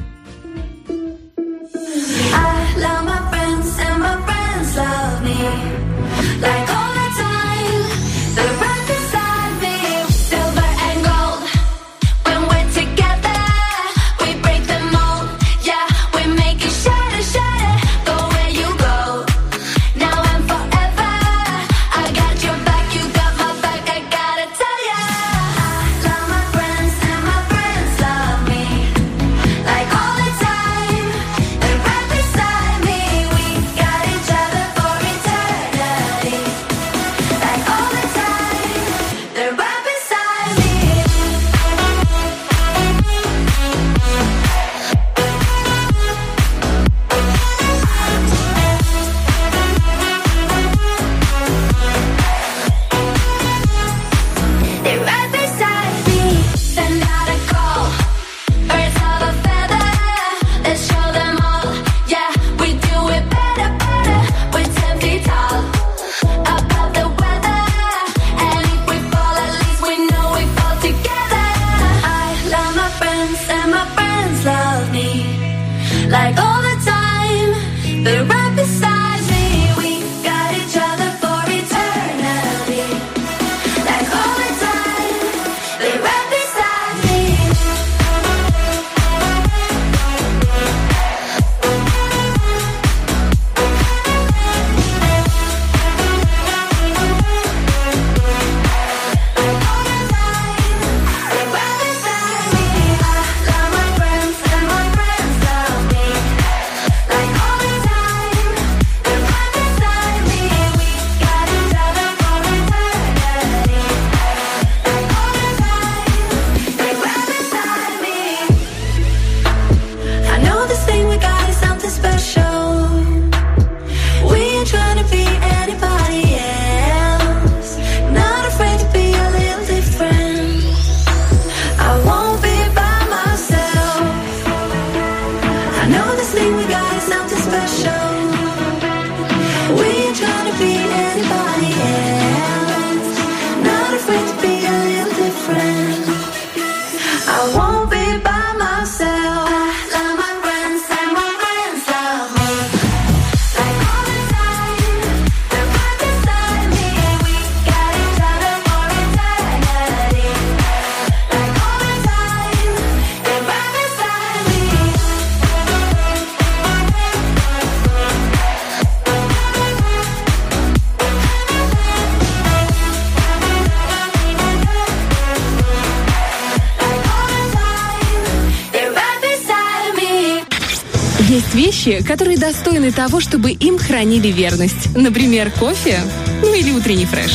Есть вещи, которые достойны того, чтобы им хранили верность. Например, кофе, ну или утренний фреш.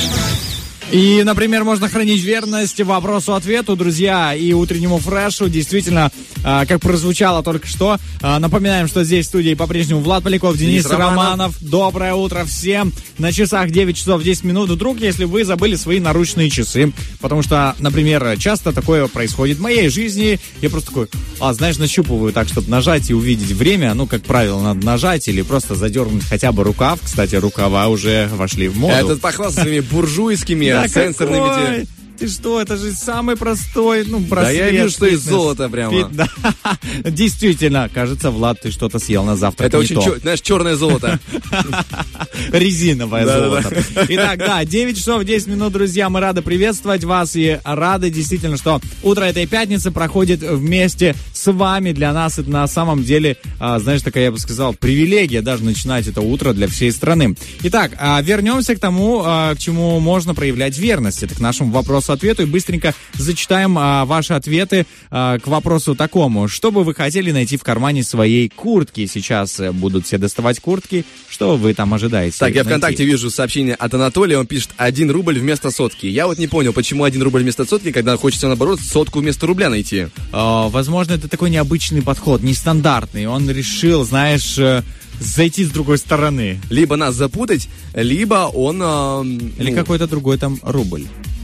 И, например, можно хранить верность вопросу-ответу, друзья, и утреннему фрешу. Действительно, как прозвучало только что. Напоминаем, что здесь в студии по-прежнему Влад Поляков, Денис Романов. Доброе утро всем. На часах 9 часов 10 минут. Вдруг, если вы забыли свои наручные часы, потому что, например, часто такое происходит в моей жизни. Я просто такой, знаешь, нащупываю так, чтобы нажать и увидеть время. Ну, как правило, надо нажать или просто задернуть хотя бы рукав. Кстати, рукава уже вошли в моду. Этот похвастался своими буржуйскими сенсорными... Ты что, это же самый простой, браслет. Да я вижу, что из золота прямо. Да. Действительно, кажется, Влад, ты что-то съел на завтрак. Это очень, знаешь, черное золото. Резиновое золото. Итак, да, 9 часов 10 минут, друзья, мы рады приветствовать вас и рады действительно, что утро этой пятницы проходит вместе с вами. Для нас это на самом деле, знаешь, такая, я бы сказал, привилегия даже начинать это утро для всей страны. Итак, вернемся к тому, к чему можно проявлять верность. Это к нашему вопросу-ответу. И быстренько зачитаем ваши ответы к вопросу такому. Что бы вы хотели найти в кармане своей куртки? Сейчас будут все доставать куртки. Что вы там ожидаете? Так, я ВКонтакте вижу сообщение от Анатолия. Он пишет 1 рубль вместо сотки. Я вот не понял, почему 1 рубль вместо сотки, когда хочется, наоборот, сотку вместо рубля найти. Возможно, это такой необычный подход, нестандартный. Он решил, знаешь... зайти с другой стороны. Либо нас запутать, либо он... Или какой-то другой там рубль.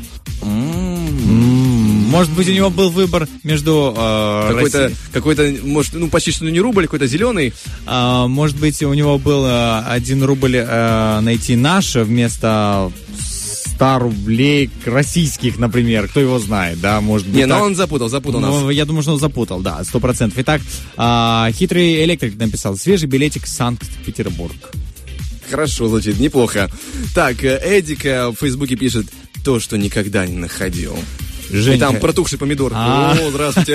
Может быть, у него был выбор между какой-то, может, почти что не рубль, какой-то зеленый. Может быть, у него был 1 рубль найти наш вместо 100 рублей российских, например. Кто его знает, да, может быть. Не, но он запутал нас. Я думаю, что он запутал, да, 100%. Итак, хитрый электрик написал: свежий билетик Санкт-Петербург. Хорошо, звучит, неплохо. Так, Эдика в Фейсбуке пишет: то, что никогда не находил. Женька. И там протухший помидор. О, здравствуйте.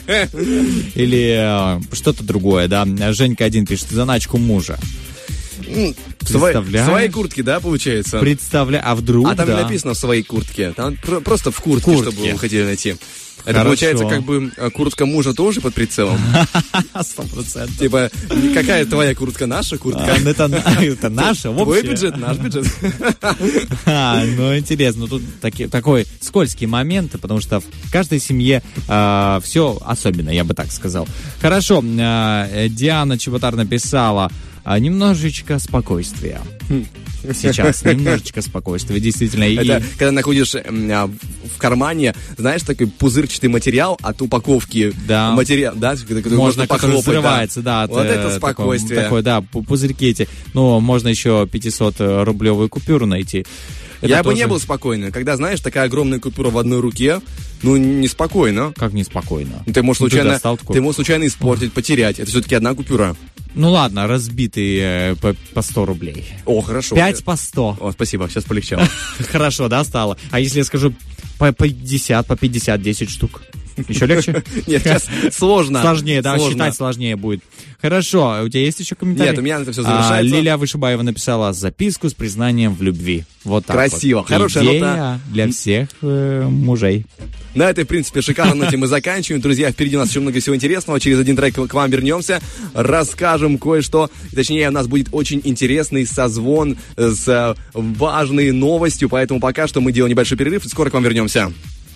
Или что-то другое, да. Женька 1 пишет: заначку мужа. В своей куртке, да, получается? Представляю, а вдруг, там не написано в своей куртке, там просто в куртке, чтобы вы хотели найти. Это получается, как бы куртка мужа тоже под прицелом. 100%. Типа, какая твоя куртка, наша куртка? Это наша, вообще. Твой бюджет, наш бюджет. Ну, интересно, тут такой скользкий момент, потому что в каждой семье все особенно, я бы так сказал. Хорошо, Диана Чеботар написала: немножечко спокойствия. Сейчас немножечко спокойствия, действительно. Это когда находишь в кармане, знаешь, такой пузырчатый материал от упаковки. Да. Материал, да, можно похлопать. Взрывается, да. Вот это спокойствие. Такой, да, пузырьки эти. Ну, можно еще 500-рублевую купюру найти. Я бы не был спокойным, когда, знаешь, такая огромная купюра в одной руке, неспокойно. Как неспокойно? Ты можешь случайно испортить, потерять. Это все-таки одна купюра. Ну ладно, разбитый по 100 рублей. О, хорошо. 5 по 100. О, спасибо, сейчас полегчало. Хорошо, да, стало. А если я скажу по 50, 10 штук? Еще легче? Нет, сейчас сложно. Сложнее, да, считать сложнее будет. Хорошо, у тебя есть еще комментарий? Нет, у меня это все завершается. Лилия Вышибаева написала записку с признанием в любви. Вот так. Красиво, вот. Хорошая нота. Для всех мужей. На этой, в принципе, шикарной ноте мы заканчиваем. Друзья, впереди у нас еще много всего интересного. Через один трек к вам вернемся, расскажем кое-что. Точнее, у нас будет очень интересный созвон с важной новостью. Поэтому пока что мы делаем небольшой перерыв и скоро к вам вернемся.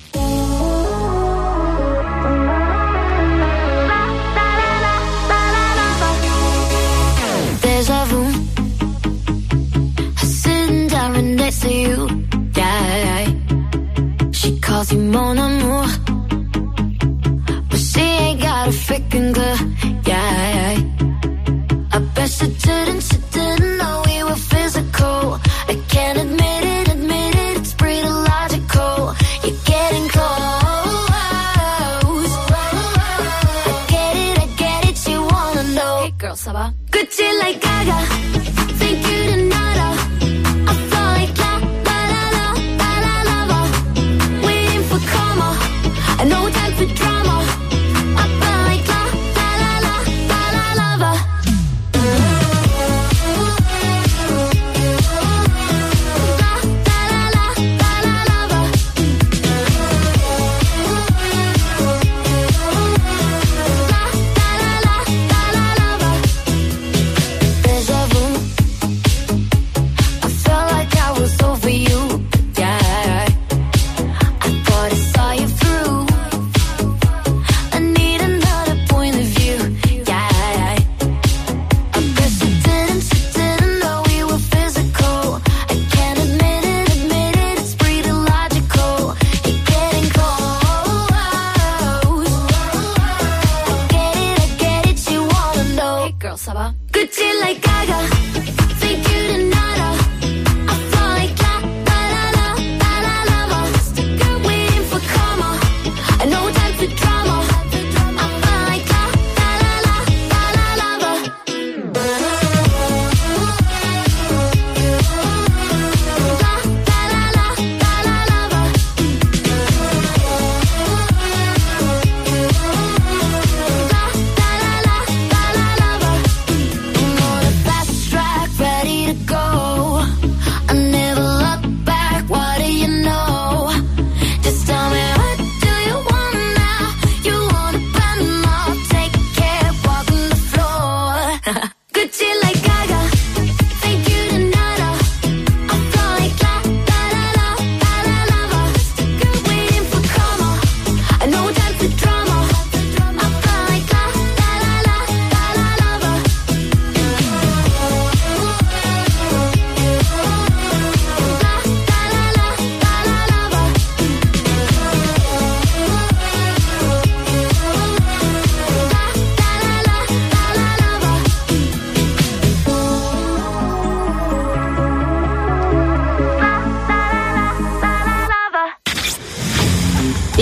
Calls you mon amour, but she ain't got a freaking clue. Yeah, I bet she didn't know we were physical. I can't admit it, it's pretty logical. You're getting close. I get it, you wanna know. Hey girl, ça va? Gucci like Gaga, think you didn't know. No time for drama. I feel like la la la la la la la.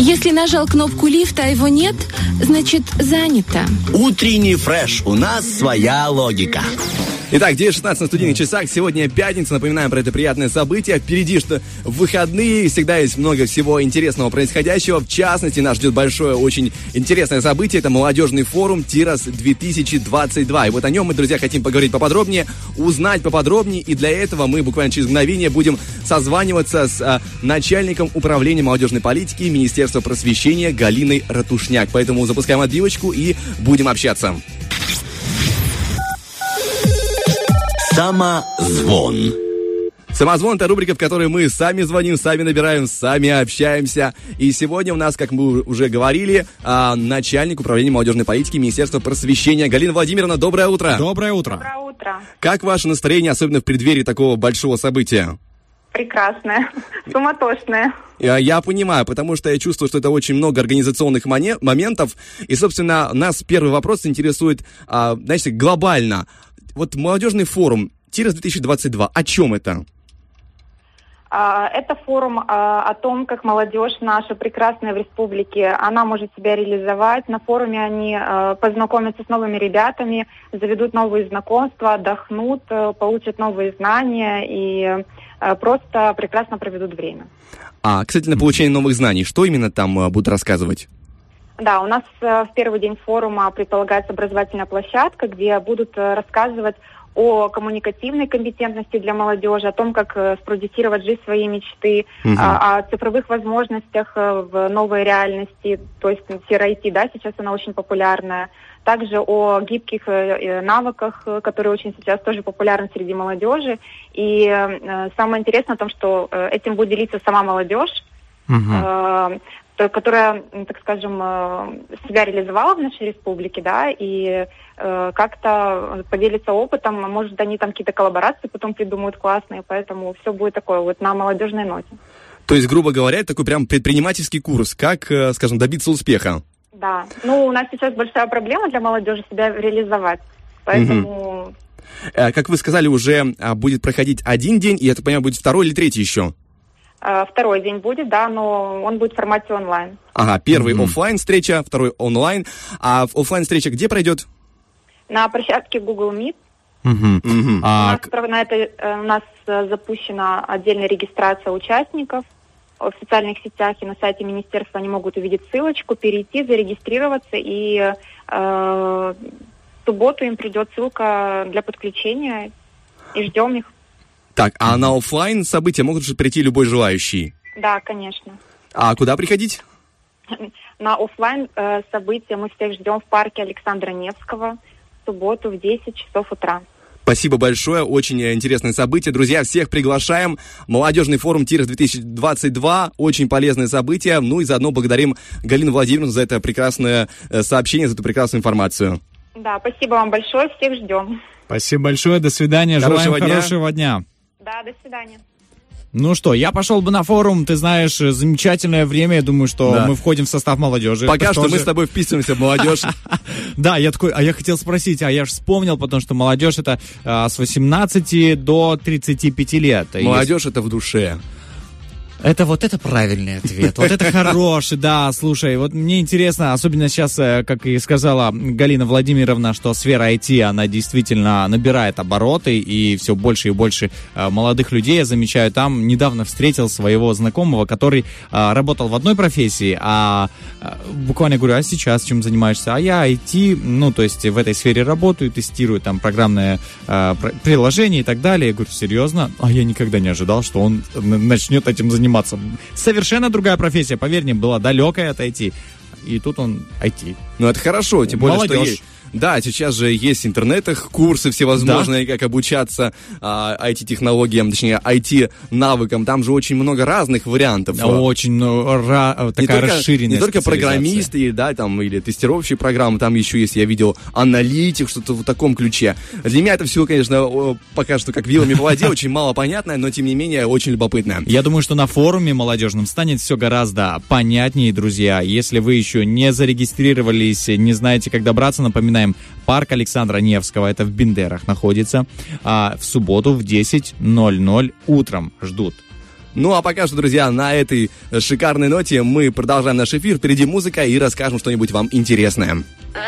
Если нажал кнопку лифта, а его нет, значит занято. Утренний фреш. У нас своя логика. Итак, 9:16 на студийных часах. Сегодня пятница. Напоминаем про это приятное событие. Впереди, что в выходные всегда есть много всего интересного происходящего. В частности, нас ждет большое, очень интересное событие. Это молодежный форум Тирас 2022. И вот о нем мы, друзья, хотим поговорить поподробнее, узнать поподробнее. И для этого мы буквально через мгновение будем созваниваться с начальником управления молодежной политики Министерства просвещения Галиной Ратушняк. Поэтому запускаем отбивочку и будем общаться. Самозвон. Самозвон — это рубрика, в которой мы сами звоним, сами набираем, сами общаемся. И сегодня у нас, как мы уже говорили, начальник управления молодежной политики Министерства просвещения Галина Владимировна. Доброе утро. Доброе утро. Доброе утро. Как ваше настроение, особенно в преддверии такого большого события? Прекрасное, суматошное. Я понимаю, потому что я чувствую, что это очень много организационных моментов. И, собственно, нас первый вопрос интересует, знаете, глобально. Вот молодежный форум Тирас 2022, о чем это? Это форум о том, как молодежь наша прекрасная в республике, она может себя реализовать. На форуме они познакомятся с новыми ребятами, заведут новые знакомства, отдохнут, получат новые знания и просто прекрасно проведут время. Кстати, на получение новых знаний, что именно там будут рассказывать? Да, у нас в первый день форума предполагается образовательная площадка, где будут рассказывать о коммуникативной компетентности для молодежи, о том, как спродюсировать жизнь своей мечты, о цифровых возможностях в новой реальности, то есть CRIT, да, сейчас она очень популярная. Также о гибких навыках, которые очень сейчас тоже популярны среди молодежи. И самое интересное в том, что этим будет делиться сама молодежь, которая, так скажем, себя реализовала в нашей республике, да, и как-то поделится опытом, может, они там какие-то коллаборации потом придумают классные, поэтому все будет такое вот на молодежной ноте. То есть, грубо говоря, это такой прям предпринимательский курс, как, скажем, добиться успеха? Да, ну, у нас сейчас большая проблема для молодежи себя реализовать, поэтому... Как вы сказали, уже будет проходить один день, и, я так понимаю, будет второй или третий еще? Второй день будет, да, но он будет в формате онлайн. Ага, первый офлайн встреча, второй онлайн. А офлайн встреча где пройдет? На площадке Google Meet. У нас запущена отдельная регистрация участников в социальных сетях, и на сайте министерства они могут увидеть ссылочку, перейти, зарегистрироваться, и в субботу им придет ссылка для подключения, и ждем их. Так, а на офлайн события могут же прийти любой желающий? Да, конечно. А куда приходить? На офлайн события мы всех ждем в парке Александра Невского в субботу в 10 часов утра. Спасибо большое, очень интересное событие. Друзья, всех приглашаем. Молодежный форум Тирас 2022, очень полезное событие. Ну и заодно благодарим Галину Владимировну за это прекрасное сообщение, за эту прекрасную информацию. Да, спасибо вам большое, всех ждем. Спасибо большое, до свидания, желаем хорошего дня. Да, до свидания. Ну что, я пошел бы на форум, ты знаешь, замечательное время, я думаю, что мы входим в состав молодежи. Пока что мы с тобой вписываемся в молодежь. Да, я такой, я хотел спросить, я же вспомнил, потому что молодежь это с 18 до 35 лет. Молодежь это в душе. Это правильный ответ. Вот это хороший, да, слушай, вот мне интересно, особенно сейчас, как и сказала Галина Владимировна, что сфера IT, она действительно набирает обороты, и все больше и больше молодых людей я замечаю там. Недавно встретил своего знакомого, который работал в одной профессии, а буквально говорю, а сейчас чем занимаешься? А я IT, ну, то есть в этой сфере работаю, тестирую там программное приложение и так далее. Я говорю, серьезно? А я никогда не ожидал, что он начнет этим заниматься. Совершенно другая профессия, поверь мне, была далекая от IT. И тут он IT. Ну, это хорошо, тем более, молодежь. Что есть. Да, сейчас же есть в интернетах курсы всевозможные, как обучаться IT-технологиям, точнее, IT-навыкам. Там же очень много разных вариантов. Очень такая расширенная. Не только программисты, да, там, или тестировщие программы, там еще есть, я видел, аналитик, что-то в таком ключе. Для меня это все, конечно, пока что как вилами по воде, очень мало понятное, но, тем не менее, очень любопытное. Я думаю, что на форуме молодежном станет все гораздо понятнее, друзья. Если вы еще не зарегистрировались, не знаете, как добраться, напоминаем, парк Александра Невского, это в Бендерах находится, в субботу в 10:00 утром ждут Ну, а пока что, друзья, на этой шикарной ноте мы продолжаем наш эфир. Впереди музыка и расскажем что-нибудь вам интересное.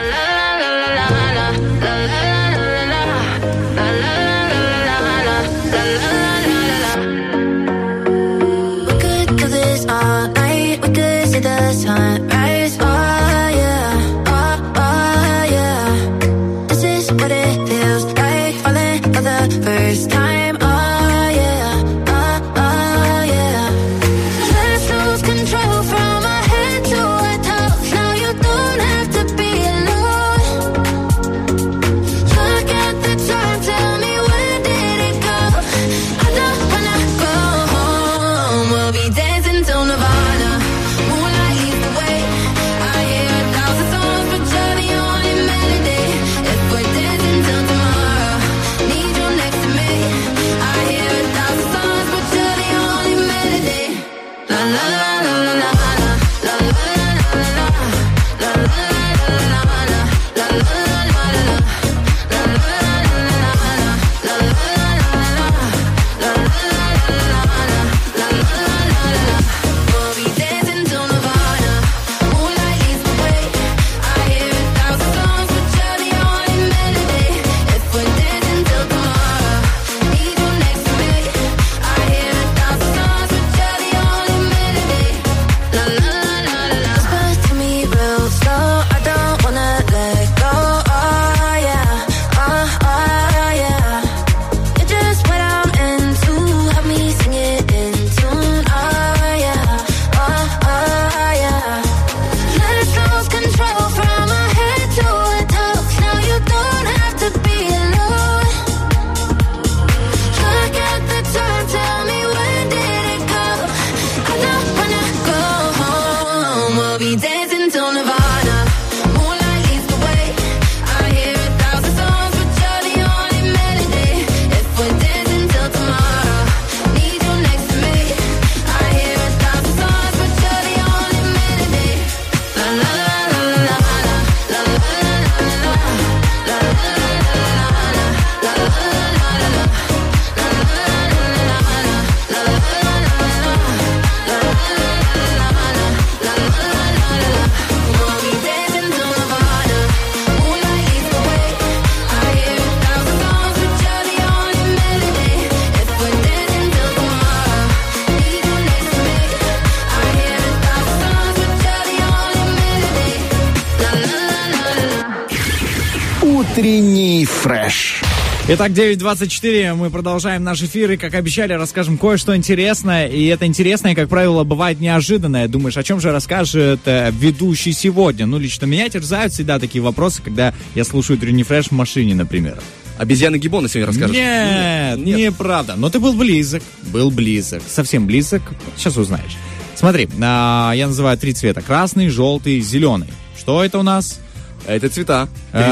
Утренний фреш. Итак, 9:24, мы продолжаем наш эфир и, как обещали, расскажем кое-что интересное. И это интересное, как правило, бывает неожиданное. Думаешь, о чем же расскажет ведущий сегодня? Ну, лично меня терзают всегда такие вопросы, когда я слушаю утренний фреш в машине, например. Обезьяны Гиббона сегодня расскажешь? Нет, неправда. Но ты был близок, совсем близок. Сейчас узнаешь. Смотри, я называю 3 цвета. Красный, желтый, зеленый. Что это у нас? Это цвета.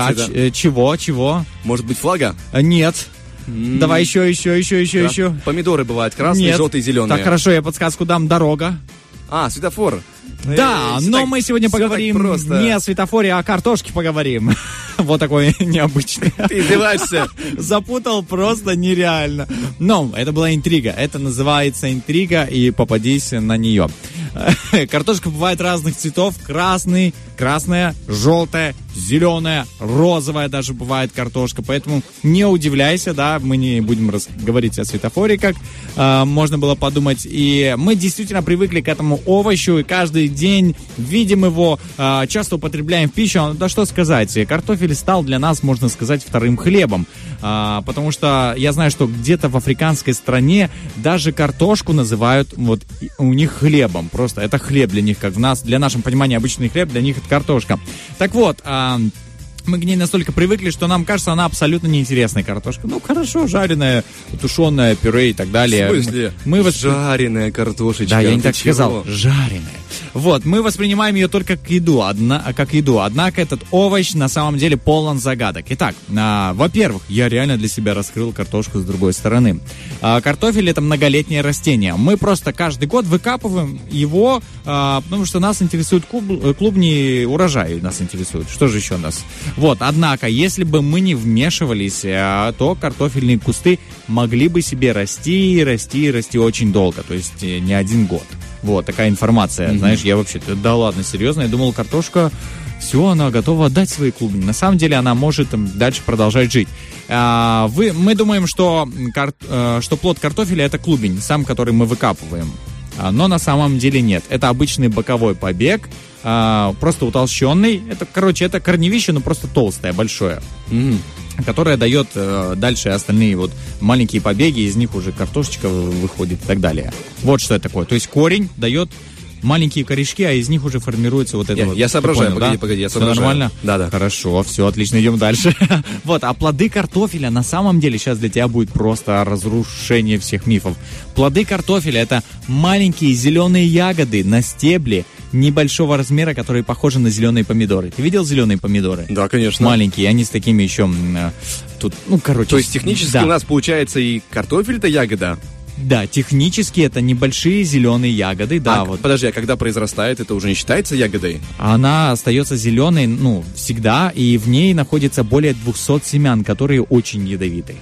Чего? Может быть, флага? Нет. Давай еще. Помидоры бывают красные, желтые, зеленые. Так, хорошо, я подсказку дам. Дорога. Светофор. Да, но мы сегодня поговорим не о светофоре, а о картошке поговорим. Вот такой необычный. Ты издеваешься. Запутал просто нереально. Но это была интрига. Это называется интрига, и попадись на нее. Картошка бывает разных цветов. Красная, желтая, зеленая, розовая даже бывает картошка. Поэтому не удивляйся, да, мы не будем говорить о светофоре, как можно было подумать. И мы действительно привыкли к этому овощу, и каждый день видим его, часто употребляем в пищу. Да что сказать, картофель стал для нас, можно сказать, вторым хлебом. Потому что я знаю, что где-то в африканской стране даже картошку называют вот у них хлебом. Просто это хлеб для них, как в нас, для нашего понимания обычный хлеб, для них это картошка. Так вот, мы к ней настолько привыкли, что нам кажется, она абсолютно неинтересная картошка. Ну, хорошо, жареная, тушеная, пюре и так далее. В смысле? Жареная картошечка. Да, я не так сказал. Жареная. Вот, мы воспринимаем ее только как еду, однако этот овощ на самом деле полон загадок. Итак, во-первых, я реально для себя раскрыл картошку с другой стороны. Картофель — это многолетнее растение. Мы просто каждый год выкапываем его, потому что нас интересует клубни, урожай нас интересует. Что же еще нас? Вот, однако, если бы мы не вмешивались, то картофельные кусты могли бы себе расти очень долго, то есть не один год. Вот, такая информация. Знаешь, я вообще, да ладно, серьезно, я думал, картошка, все, она готова отдать свои клубни. На самом деле она может дальше продолжать жить. Мы думаем, что плод картофеля — это клубень, сам, который мы выкапываем. Но на самом деле нет. Это обычный боковой побег, просто утолщенный. Это корневище, но просто толстое, большое. Которая дает дальше остальные вот маленькие побеги, из них уже картошечка выходит и так далее. Вот что это такое. То есть корень дает маленькие корешки, а из них уже формируется вот это вот. Я соображаю, понял, погоди, я все соображаю. Нормально? Да. Хорошо, все, отлично, идем дальше. Вот, а плоды картофеля на самом деле сейчас для тебя будет просто разрушение всех мифов. Плоды картофеля — это маленькие зеленые ягоды на стебле небольшого размера, которые похожи на зеленые помидоры. Ты видел зеленые помидоры? Да, конечно. Маленькие, они с такими еще тут, То есть технически у нас получается и картофель-то ягода? Да, технически это небольшие зеленые ягоды, да. Подожди, а когда произрастает, это уже не считается ягодой? Она остается зеленой, всегда, и в ней находится более 200 семян, которые очень ядовиты.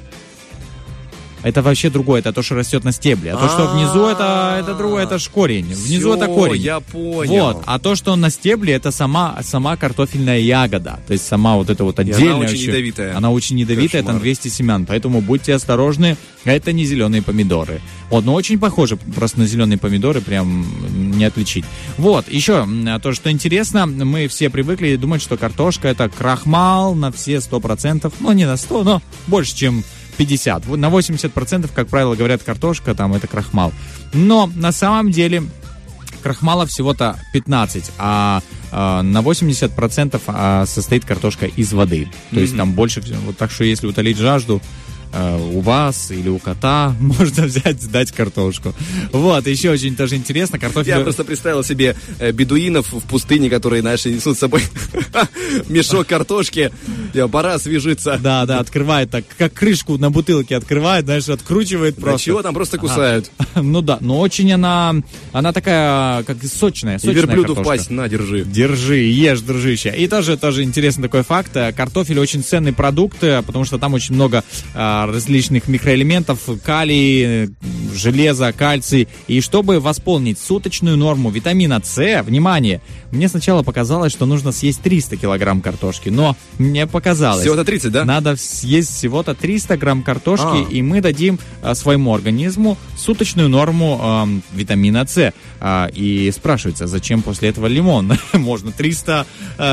Это вообще другое, это то, что растет на стебле. А то, что внизу, это другое, это ж корень. Внизу это корень. Я понял. Вот. А то, что на стебле, это сама картофельная ягода. То есть сама вот эта вот отдельная. Она очень ядовитая. Она очень ядовитая, там 200 семян. Поэтому будьте осторожны, это не зеленые помидоры. Вот, но очень похоже просто на зеленые помидоры, прям не отличить. Вот, еще то, что интересно, мы все привыкли думать, что картошка — это крахмал на все 100%. Ну, не на 100, но больше, чем 50. На 80%, как правило, говорят, картошка, там, это крахмал. Но на самом деле крахмала всего-то 15, а на 80% состоит картошка из воды. То есть там больше всего. Вот, так что если утолить жажду у вас или у кота, можно взять, сдать картошку. Вот, еще очень тоже интересно, картофель... Я просто представил себе бедуинов в пустыне, которые, знаешь, несут с собой мешок картошки. Пора освежиться. Да, открывает так, как крышку на бутылке открывает, знаешь, откручивает просто. Да чего там, просто кусают. Ну да, но очень она такая, как сочная. И верблюду в пасть, на, держи. Держи, ешь, дружище. И тоже интересный такой факт. Картофель очень ценный продукт, потому что там очень много различных микроэлементов, калий, железо, кальций. И чтобы восполнить суточную норму витамина С, внимание, мне сначала показалось, что нужно съесть 300 килограмм картошки, но мне показалось. Всего-то 30, да? Надо съесть всего-то 300 грамм картошки, и мы дадим своему организму суточную норму витамина С. И спрашивается, зачем после этого лимон? Можно 300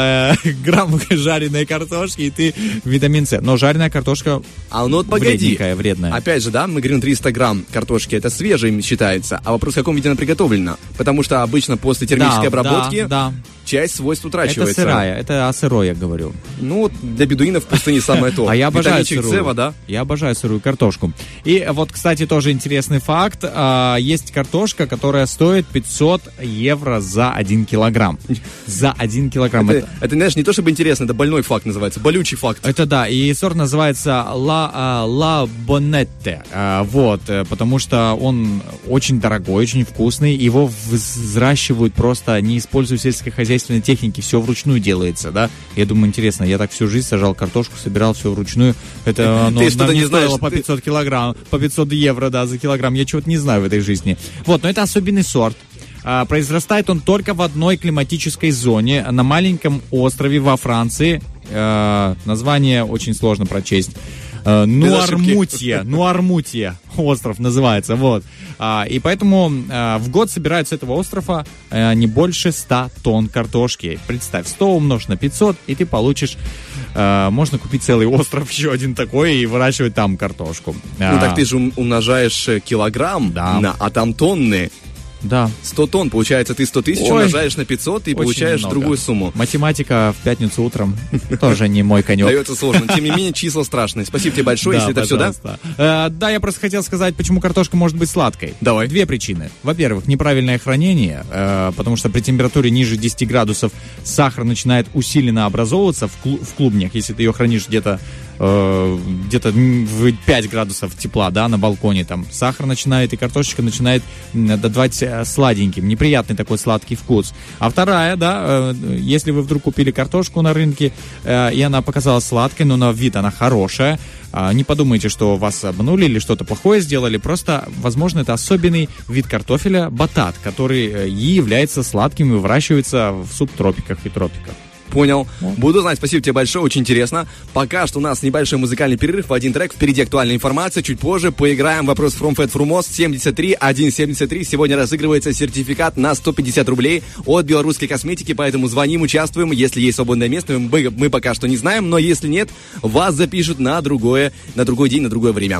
грамм жареной картошки, и ты витамин С. Но жареная картошка вредненькая, вредная. Опять же, да, мы говорим 300 грамм картошки, это свежей считается. А вопрос, в каком виде она приготовлена? Потому что обычно после термической обработки часть свойств утрачивается. Это сырая, это о сырой я говорю. Ну, для бедуинов в пустыне самое то. А я обожаю сырую. Вода. Я обожаю сырую картошку. И вот, кстати, тоже интересный факт. Есть картошка, которая стоит 500 евро за 1 килограмм. За 1 килограмм. Это, знаешь, не то чтобы интересно, это больной факт называется, болючий факт. Это да, и сорт называется Ла Бонетте. Вот, потому что он очень дорогой, очень вкусный. Его взращивают просто, не используя сельскохозяйственной техники, все вручную делается, да. Я думаю, интересно, я так всю жизнь сажал картошку, собирал все вручную. Это оно нам не стоило по 500 килограмм, по 500 евро, да, за килограмм. Я чего-то не знаю в этой жизни. Вот, но это особенный сорт. Произрастает он только в одной климатической зоне, на маленьком острове во Франции. Название очень сложно прочесть. Нуармутия остров называется, вот. И поэтому в год собирают с этого острова не больше 100 тонн картошки. Представь, 100 умножь на 500, и ты получишь, можно купить целый остров, еще один такой, и выращивать там картошку. Ну так ты же умножаешь килограмм, а там тонны. Да. 100 тонн, получается, ты 100 тысяч умножаешь на 500 и получаешь немного. другую сумму. Математика в пятницу утром тоже не мой конек. Дается сложно. Тем не менее, числа страшные. Спасибо тебе большое, если это все, да? Да, я просто хотел сказать, почему картошка может быть сладкой. Давай. Две причины. Во-первых, неправильное хранение, потому что при температуре ниже 10 градусов сахар начинает усиленно образовываться в клубнях, если ты ее хранишь где-то в 5 градусов тепла, да, на балконе, там сахар начинает, и картошечка начинает давать сладеньким, неприятный такой сладкий вкус. А вторая, да, если вы вдруг купили картошку на рынке, и она показалась сладкой, но на вид она хорошая, не подумайте, что вас обманули или что-то плохое сделали, просто, возможно, это особенный вид картофеля, батат, который и является сладким и выращивается в субтропиках и тропиках. Понял. Буду знать. Спасибо тебе большое, очень интересно. Пока что у нас небольшой музыкальный перерыв в один трек. Впереди актуальная информация. Чуть позже поиграем в вопрос From Fat From Most 73173. Сегодня разыгрывается сертификат на 150 рублей от белорусской косметики, поэтому звоним, участвуем. Если есть свободное место, мы пока что не знаем, но если нет, вас запишут на другой день, на другое время.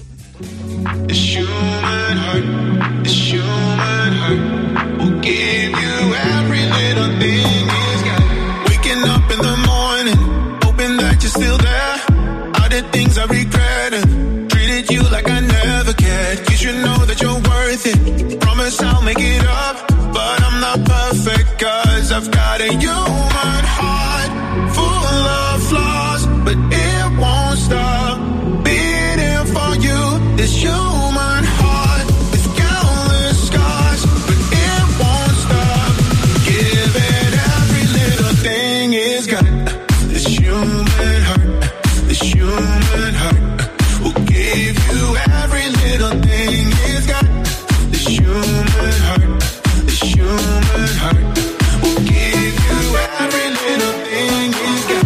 Still there, all the things I regret, treated you like I never cared. You should know that you're worth it. Promise I'll make it up, but I'm not perfect, cause I've got a human heart full of flaws, but it won't stop beating for you. This human heart with countless scars, but it won't stop giving. Every little thing is got this human heart, this human heart, who gave you every little thing he's got. This human heart, this human heart, who gave you every little thing he's got.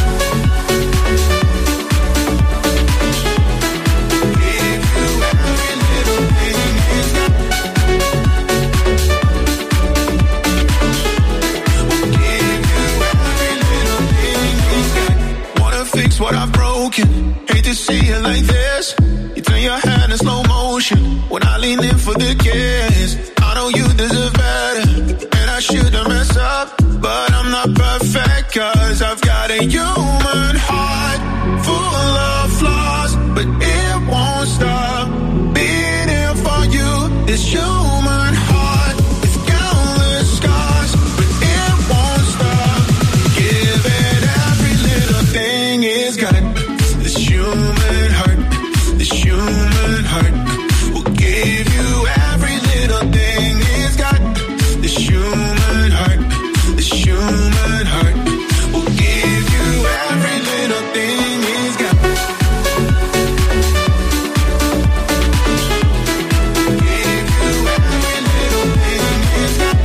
Gave you every little thing he's got. Who gave you every little thing he's got. Wanna fix what I've broken, hate to see it like this. You turn your hand in slow motion when I lean in for the kiss. I know you deserve better, and I shouldn't mess up, but I'm not perfect, cause I've got a human heart full of flaws, but it won't stop beating for you. This human heart with countless scars, but it won't stop giving. Every little thing is got. This human heart, this human heart, who gave you every little thing he's got. This human heart, this human heart, who gave you every little thing he's got. Gave you every little thing he's got.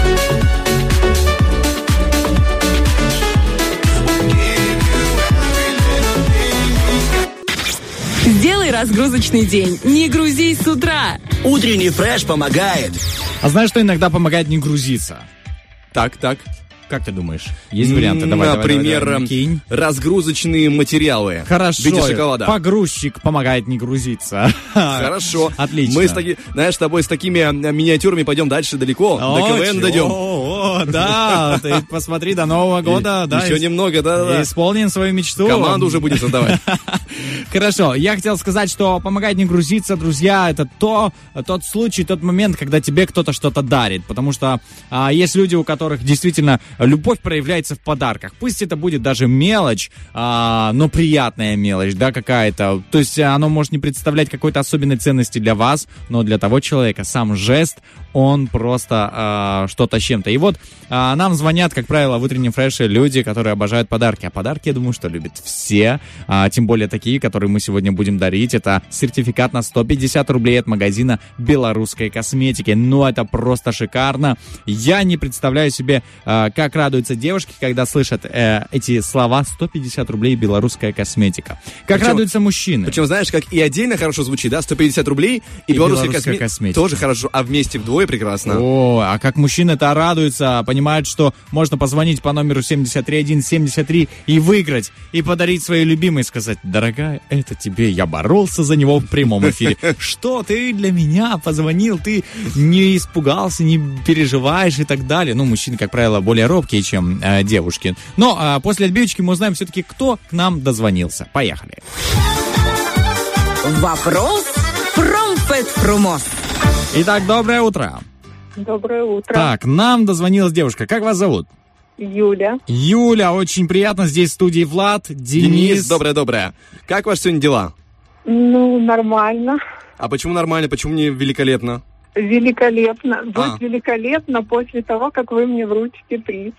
Who gave you every little thing he's got. Сделай разгрузочный день. Не грузись с утра. Утренний фреш помогает. А знаешь, что иногда помогает не грузиться? Так. Как ты думаешь? Есть варианты? Давай, Например, кинь. разгрузочные материалы. Хорошо. В виде шоколада. Погрузчик помогает не грузиться. Хорошо. Отлично. Мы с тобой с такими миниатюрами пойдем дальше далеко. До КВН дойдем. Да, ты посмотри, до Нового года. Да, еще немного, да. Исполним свою мечту. Команду уже будем создавать. Хорошо, я хотел сказать, что помогает не грузиться, друзья, это тот случай, тот момент, когда тебе кто-то что-то дарит, потому что есть люди, у которых действительно любовь проявляется в подарках, пусть это будет даже мелочь, но приятная мелочь, да, какая-то, то есть оно может не представлять какой-то особенной ценности для вас, но для того человека сам жест, он просто что-то с чем-то. И вот нам звонят, как правило, в утреннем фреше люди, которые обожают подарки. А подарки, я думаю, что любят все. Тем более такие, которые мы сегодня будем дарить. Это сертификат на 150 рублей от магазина белорусской косметики. Ну, это просто шикарно. Я не представляю себе, как радуются девушки, когда слышат эти слова: 150 рублей белорусская косметика. Как радуются мужчины. Причем, знаешь, как и отдельно хорошо звучит, да? 150 рублей и белорусская косметика. Тоже хорошо, а вместе вдвое прекрасно. О, а как мужчины-то радуются, понимают, что можно позвонить по номеру 73173 и выиграть, и подарить своей любимой, сказать: дорогая, дорогая, это тебе. Я боролся за него в прямом эфире. Что, ты для меня позвонил, ты не испугался, не переживаешь и так далее. Ну, мужчины, как правило, более робкие, чем девушки. Но после отбивочки мы узнаем все-таки, кто к нам дозвонился. Поехали. Вопрос Промфетпромос. Итак, доброе утро. Доброе утро. Так, нам дозвонилась девушка. Как вас зовут? Юля. Юля, очень приятно. Здесь в студии Влад, Денис. Доброе-доброе. Как ваши сегодня дела? Ну, нормально. А почему нормально, почему не великолепно? Великолепно. Будет великолепно после того, как вы мне вручите приз.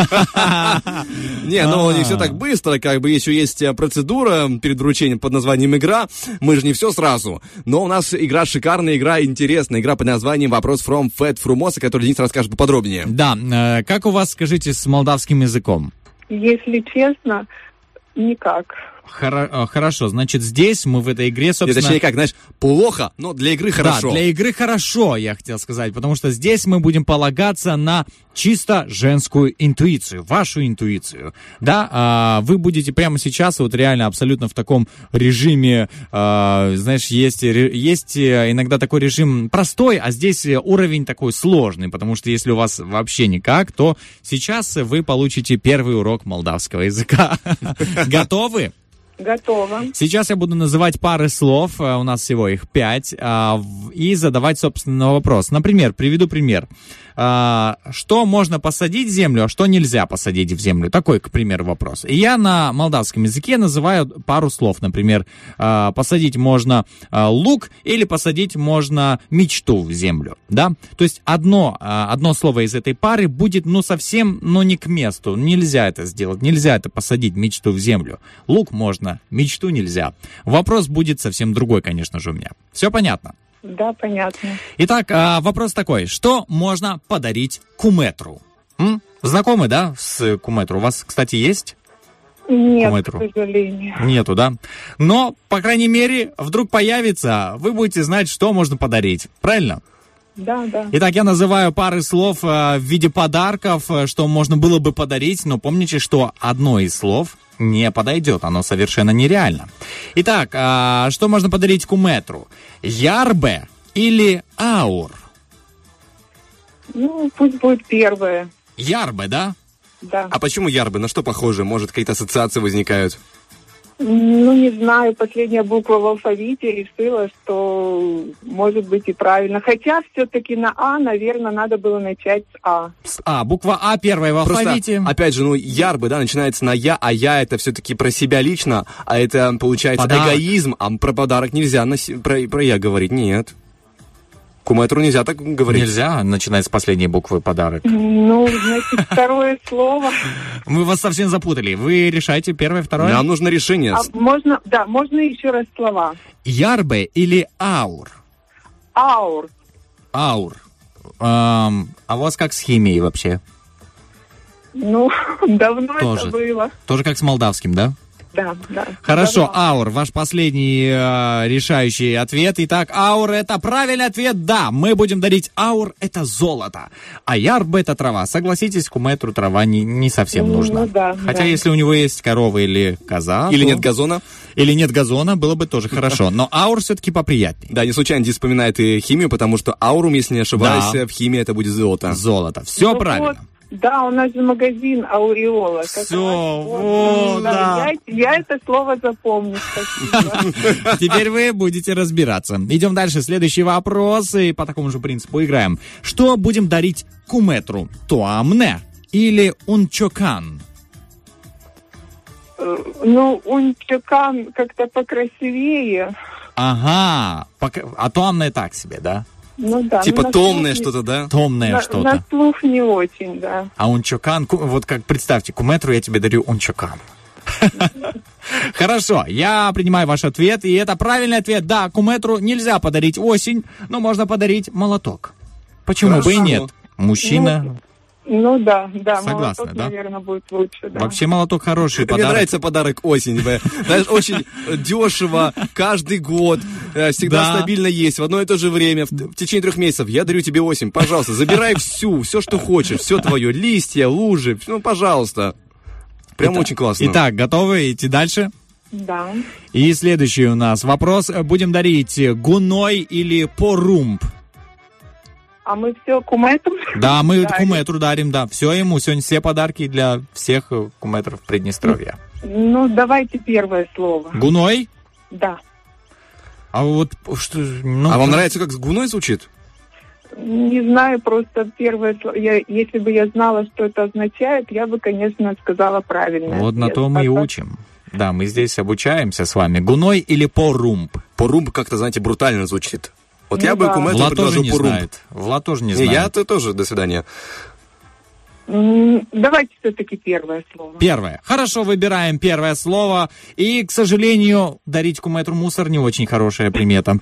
Не, ну не все так быстро, как бы еще есть процедура перед вручением под названием «Игра». Мы же не все сразу. Но у нас игра шикарная, игра интересная, игра под названием «Вопрос from Fat Frumos», о которой Денис расскажет поподробнее. Да, как у вас, скажите, с молдавским языком? Если честно, никак. Хорошо, значит, здесь мы в этой игре, собственно... Точнее, как, знаешь, плохо, но для игры хорошо. Да, для игры хорошо, я хотел сказать, потому что здесь мы будем полагаться на чисто женскую интуицию, вашу интуицию. Да, вы будете прямо сейчас вот реально абсолютно в таком режиме, знаешь, есть иногда такой режим простой, а здесь уровень такой сложный, потому что если у вас вообще никак, то сейчас вы получите первый урок молдавского языка. Готовы? Готово. Сейчас я буду называть пары слов, у нас всего их 5, и задавать, собственно, вопрос. Например, приведу пример. Что можно посадить в землю, а что нельзя посадить в землю? Такой, к примеру, вопрос. И я на молдавском языке называю пару слов. Например, посадить можно лук или посадить можно мечту в землю. Да? То есть одно слово из этой пары будет, совсем, не к месту. Нельзя это сделать. Нельзя это посадить, мечту в землю. Лук можно, мечту нельзя. Вопрос будет совсем другой, конечно же, у меня. Все понятно? Да, понятно. Итак, вопрос такой. Что можно подарить куметру? Знакомы, да, с куметру? У вас, кстати, есть? Нет, куметру? к сожалению. Нету, да? Но, по крайней мере, вдруг появится, вы будете знать, что можно подарить. Правильно? Да, да. Итак, я называю пары слов в виде подарков, что можно было бы подарить, но помните, что одно из слов не подойдет, оно совершенно нереально. Итак, что можно подарить куметру? Ярбе или аур? Пусть будет первое. Ярбе, да? Да. А почему ярбе? На что похоже? Может, какие-то ассоциации возникают? Не знаю, последняя буква в алфавите, решила, что может быть и правильно. Хотя все-таки на А, наверное, надо было начать с А. Буква А первая в алфавите. Просто, опять же, ярбе, да, начинается на я, а я это все-таки про себя лично, а это, получается, подарок. Эгоизм, а про подарок нельзя про я говорить, нет. Куметру нельзя так говорить. Нельзя, начиная с последней буквы подарок. Значит, второе слово. Мы вас совсем запутали. Вы решаете первое, второе? Нам нужно решение. Можно еще раз слова. Ярбе или аур? Аур. Аур. А у вас как с химией вообще? Давно тоже. Это было. Тоже как с молдавским, да? Да. Хорошо, давно. аур, ваш последний решающий ответ. Итак, аур — это правильный ответ. Да, мы будем дарить аур — это золото. А ярбе — это трава. Согласитесь, куметру трава не совсем нужна. Да, хотя если у него есть корова или коза... Или нет газона. Или нет газона, было бы тоже хорошо. Но аур все-таки поприятнее. Да, не случайно здесь вспоминает и химию, потому что аурум, если не ошибаюсь, в химии это будет золото. Золото. Все правильно. Да, у нас же магазин Ауреола. Все, да. Я это слово запомню. Спасибо. Теперь вы будете разбираться. Идем дальше. Следующий вопрос. И по такому же принципу играем. Что будем дарить куметру? Туамне или унчокан? Унчокан как-то покрасивее. Ага. А туамне так себе, да? Да. Типа томное что-то, да? Томное что-то. На слух не очень, да. А унчокан, вот как представьте, куметру я тебе дарю унчокан. Хорошо, я принимаю ваш ответ, и это правильный ответ. Да, куметру нельзя подарить осень, но можно подарить молоток. Почему бы и нет? Мужчина... да, согласна, молоток, да? наверное, будет лучше, да. Вообще молоток хороший подарок. Мне нравится подарок осень. Знаешь, очень дешево, каждый год, всегда стабильно есть, в одно и то же время, в течение 3 месяцев. Я дарю тебе осень, пожалуйста, забирай все, что хочешь, все твое, листья, лужи, пожалуйста. Прям очень классно. Итак, готовы идти дальше? Да. И следующий у нас вопрос. Будем дарить гуной или порумб? А мы все куметру? Да, мы куметру дарим, да. Все ему. Сегодня все подарки для всех куметров Приднестровья. Ну, давайте первое слово. Гуной? Да. А вот что... Ну, а вам нравится, как гуной звучит? Не знаю, просто первое слово. Если бы я знала, что это означает, я бы, конечно, сказала правильно. Вот на то мы и учим. Да, мы здесь обучаемся с вами. Гуной или порумб? Порумб как-то, знаете, брутально звучит. Вот я бы куметру Влад предложил тоже не порумб. знает. Влад тоже не знает. Я-то тоже, до свидания. Давайте все-таки первое слово. Первое. Хорошо, выбираем первое слово. И, к сожалению, дарить куметру мусор не очень хорошая примета.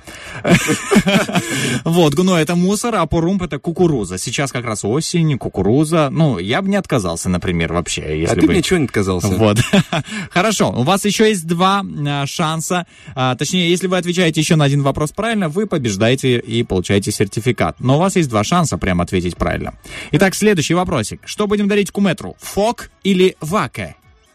Вот, гуной — это мусор, а порумб — это кукуруза. Сейчас как раз осень, кукуруза. Ну, я бы не отказался, например, вообще. А ты бы ничего не отказался. Вот. Хорошо, у вас еще есть 2 шанса. Точнее, если вы отвечаете еще на один вопрос правильно, вы побеждаете и получаете сертификат. Но у вас есть 2 шанса прямо ответить правильно. Итак, следующий вопросик. Что будем дарить куметру? Фок или ваке?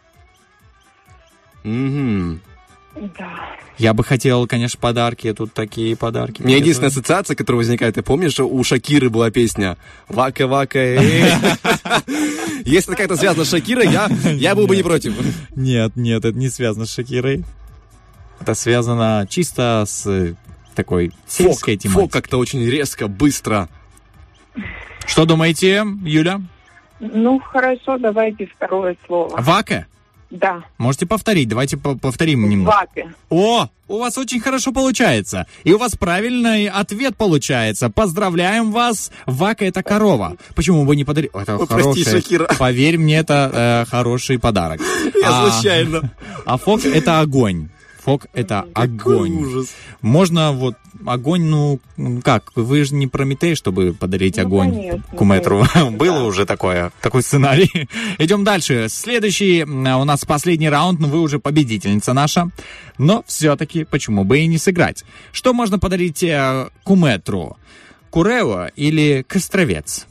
Да. Я бы хотел, конечно, подарки. Тут такие подарки. У меня единственная ассоциация, которая возникает, ты помнишь, у Шакиры была песня «Вака-вака». Если это как-то связано с Шакирой, я был бы не против. Нет, это не связано с Шакирой. Это связано чисто с такой сельской тематикой. Фок как-то очень резко, быстро. Что думаете, Юля? Ну, хорошо, давайте второе слово. Ваке? Да. Можете повторить, давайте повторим немного. Ваке. О, у вас очень хорошо получается. И у вас правильный ответ получается. Поздравляем вас. Вака — это корова. Почему бы не подарить? Это прости, Шакира. Поверь мне, это хороший подарок. Я случайно. А фок — это огонь. Фок — это огонь. Ужас. Можно вот огонь, ну как, вы же не Прометей, чтобы подарить огонь конечно, куметру. конечно, Было уже такой сценарий. Идем дальше. Следующий у нас последний раунд, но вы уже победительница наша. Но все-таки почему бы и не сыграть? Что можно подарить куметру? Курео или костровец?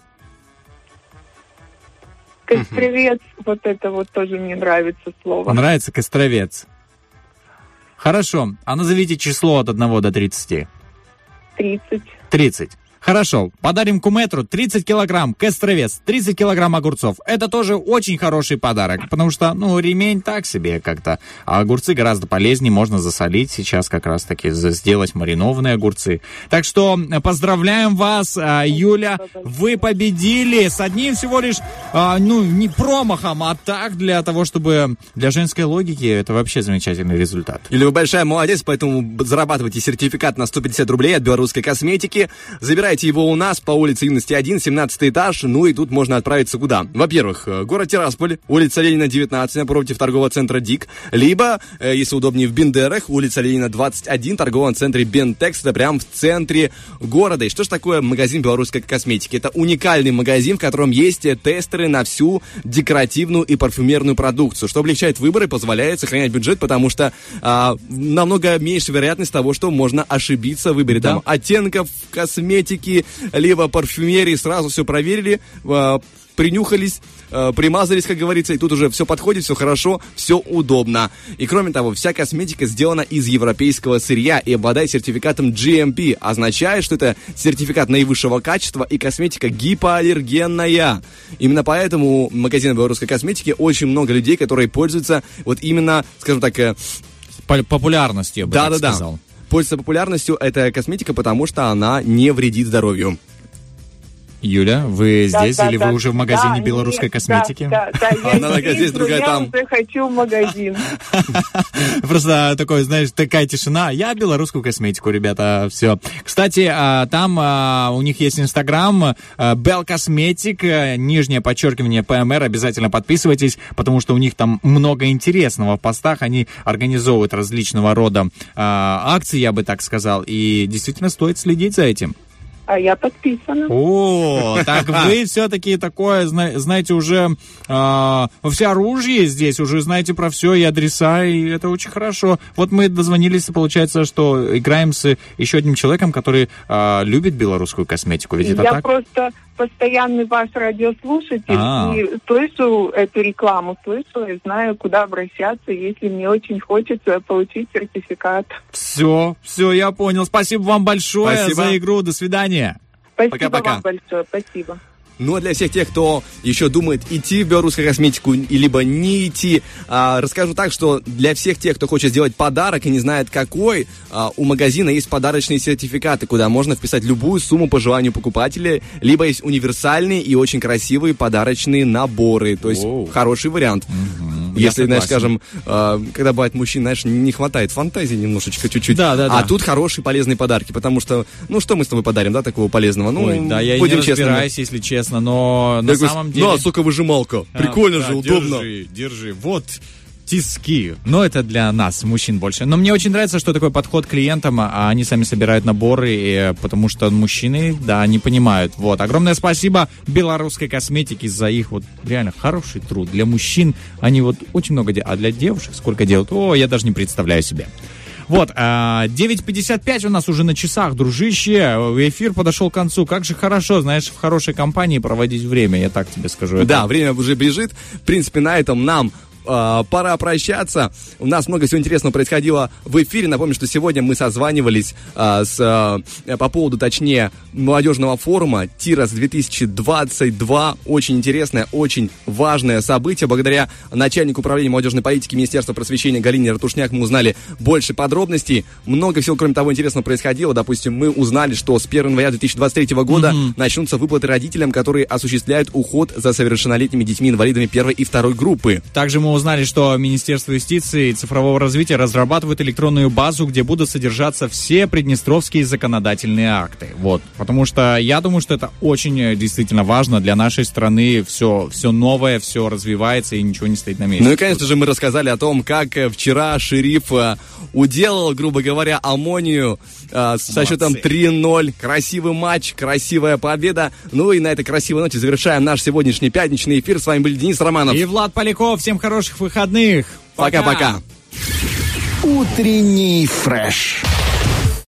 Костровец, вот это вот тоже мне нравится слово. Нравится костровец? Хорошо. А назовите число от 1 до 30. 30. 30. Хорошо. Подарим куметру 30 килограмм костровец, 30 килограмм огурцов. Это тоже очень хороший подарок, потому что, ремень так себе как-то. А огурцы гораздо полезнее, можно засолить сейчас как раз-таки, сделать маринованные огурцы. Так что поздравляем вас, Юля. Вы победили с одним всего лишь, не промахом, а так для того, чтобы для женской логики это вообще замечательный результат. Юля, вы большая молодец, поэтому зарабатывайте сертификат на 150 рублей от белорусской косметики. Забирайте его у нас по улице Юности 1, 17 этаж. Ну и тут можно отправиться куда? Во-первых, город Тирасполь, улица Ленина 19, напротив торгового центра ДИК. Либо, если удобнее, в Бендерах, улица Ленина 21, торговом центре Бентекс. Это прямо в центре города. И что ж такое магазин белорусской косметики? Это уникальный магазин, в котором есть тестеры на всю декоративную и парфюмерную продукцию, что облегчает выбор и позволяет сохранять бюджет, потому что намного меньше вероятность того, что можно ошибиться в выборе там оттенков косметики, либо парфюмерии. Сразу все проверили, принюхались, примазались, как говорится, и тут уже все подходит, все хорошо, все удобно. И кроме того, вся косметика сделана из европейского сырья и обладает сертификатом GMP. Означает, что это сертификат наивысшего качества и косметика гипоаллергенная. Именно поэтому в магазине белорусской косметики очень много людей, которые пользуются вот именно, скажем так, популярностью, я бы так сказал. Пользуется популярностью эта косметика, потому что она не вредит здоровью. Юля, вы здесь или вы уже в магазине белорусской косметики? Да, одна нога здесь, другая там. Я уже хочу в магазин. Просто такой, знаешь, такая тишина. Я белорусскую косметику, ребята, все. Кстати, там у них есть Инстаграм, Белкосметик, нижнее подчеркивание ПМР. Обязательно подписывайтесь, потому что у них там много интересного в постах. Они организовывают различного рода акции, я бы так сказал. И действительно стоит следить за этим. А я подписана. О, так вы все-таки такое, знаете, уже всеоружие здесь, уже знаете про все и адреса, и это очень хорошо. Вот мы дозвонились, получается, что играем с еще одним человеком, который любит белорусскую косметику, ведь это я так? просто постоянный ваш радиослушатель и слышу эту рекламу, слышу и знаю, куда обращаться, если мне очень хочется получить сертификат. Все, я понял. Спасибо вам большое за игру. До свидания. Спасибо вам большое, спасибо. Ну а для всех тех, кто еще думает идти в белорусскую косметику, либо не идти, расскажу так, что для всех тех, кто хочет сделать подарок и не знает какой, у магазина есть подарочные сертификаты, куда можно вписать любую сумму по желанию покупателя, либо есть универсальные и очень красивые подарочные наборы, то есть хороший вариант. Если, знаешь, скажем, когда бывает мужчин, знаешь, не хватает фантазии немножечко, чуть-чуть. Да. Тут хорошие полезные подарки, потому что, что мы с тобой подарим, да, такого полезного? Я не разбираюсь, если честно, но на самом деле... соковыжималка. Прикольно же, удобно. Держи. Вот тиски. Но это для нас, мужчин, больше. Но мне очень нравится, что такой подход к клиентам, а они сами собирают наборы, потому что мужчины, не понимают. Вот. Огромное спасибо белорусской косметике за их реально хороший труд. Для мужчин они очень много делают. А для девушек сколько делают? Я даже не представляю себе. 9:55 у нас уже на часах, дружище. Эфир подошел к концу. Как же хорошо, знаешь, в хорошей компании проводить время, я так тебе скажу. Да, время уже бежит. В принципе, на этом нам пора прощаться. У нас много всего интересного происходило в эфире. Напомню, что сегодня мы созванивались по поводу, точнее, молодежного форума Тирас 2022. Очень интересное, очень важное событие. Благодаря начальнику управления молодежной политики Министерства просвещения Галине Ратушняк мы узнали больше подробностей. Много всего, кроме того, интересного происходило. Допустим, мы узнали, что с 1 января 2023 года начнутся выплаты родителям, которые осуществляют уход за совершеннолетними детьми-инвалидами первой и второй группы. Также мы узнали, что Министерство юстиции и цифрового развития разрабатывает электронную базу, где будут содержаться все приднестровские законодательные акты. Потому что я думаю, что это очень действительно важно для нашей страны. Все новое, все развивается и ничего не стоит на месте. Ну и, конечно же, мы рассказали о том, как вчера шериф уделал, грубо говоря, Омонию со счетом 3-0. Красивый матч, красивая победа. Ну и на этой красивой ноте завершаем наш сегодняшний пятничный эфир. С вами были Денис Романов и Влад Поляков. Всем хороших выходных. Пока-пока. Утренний фреш.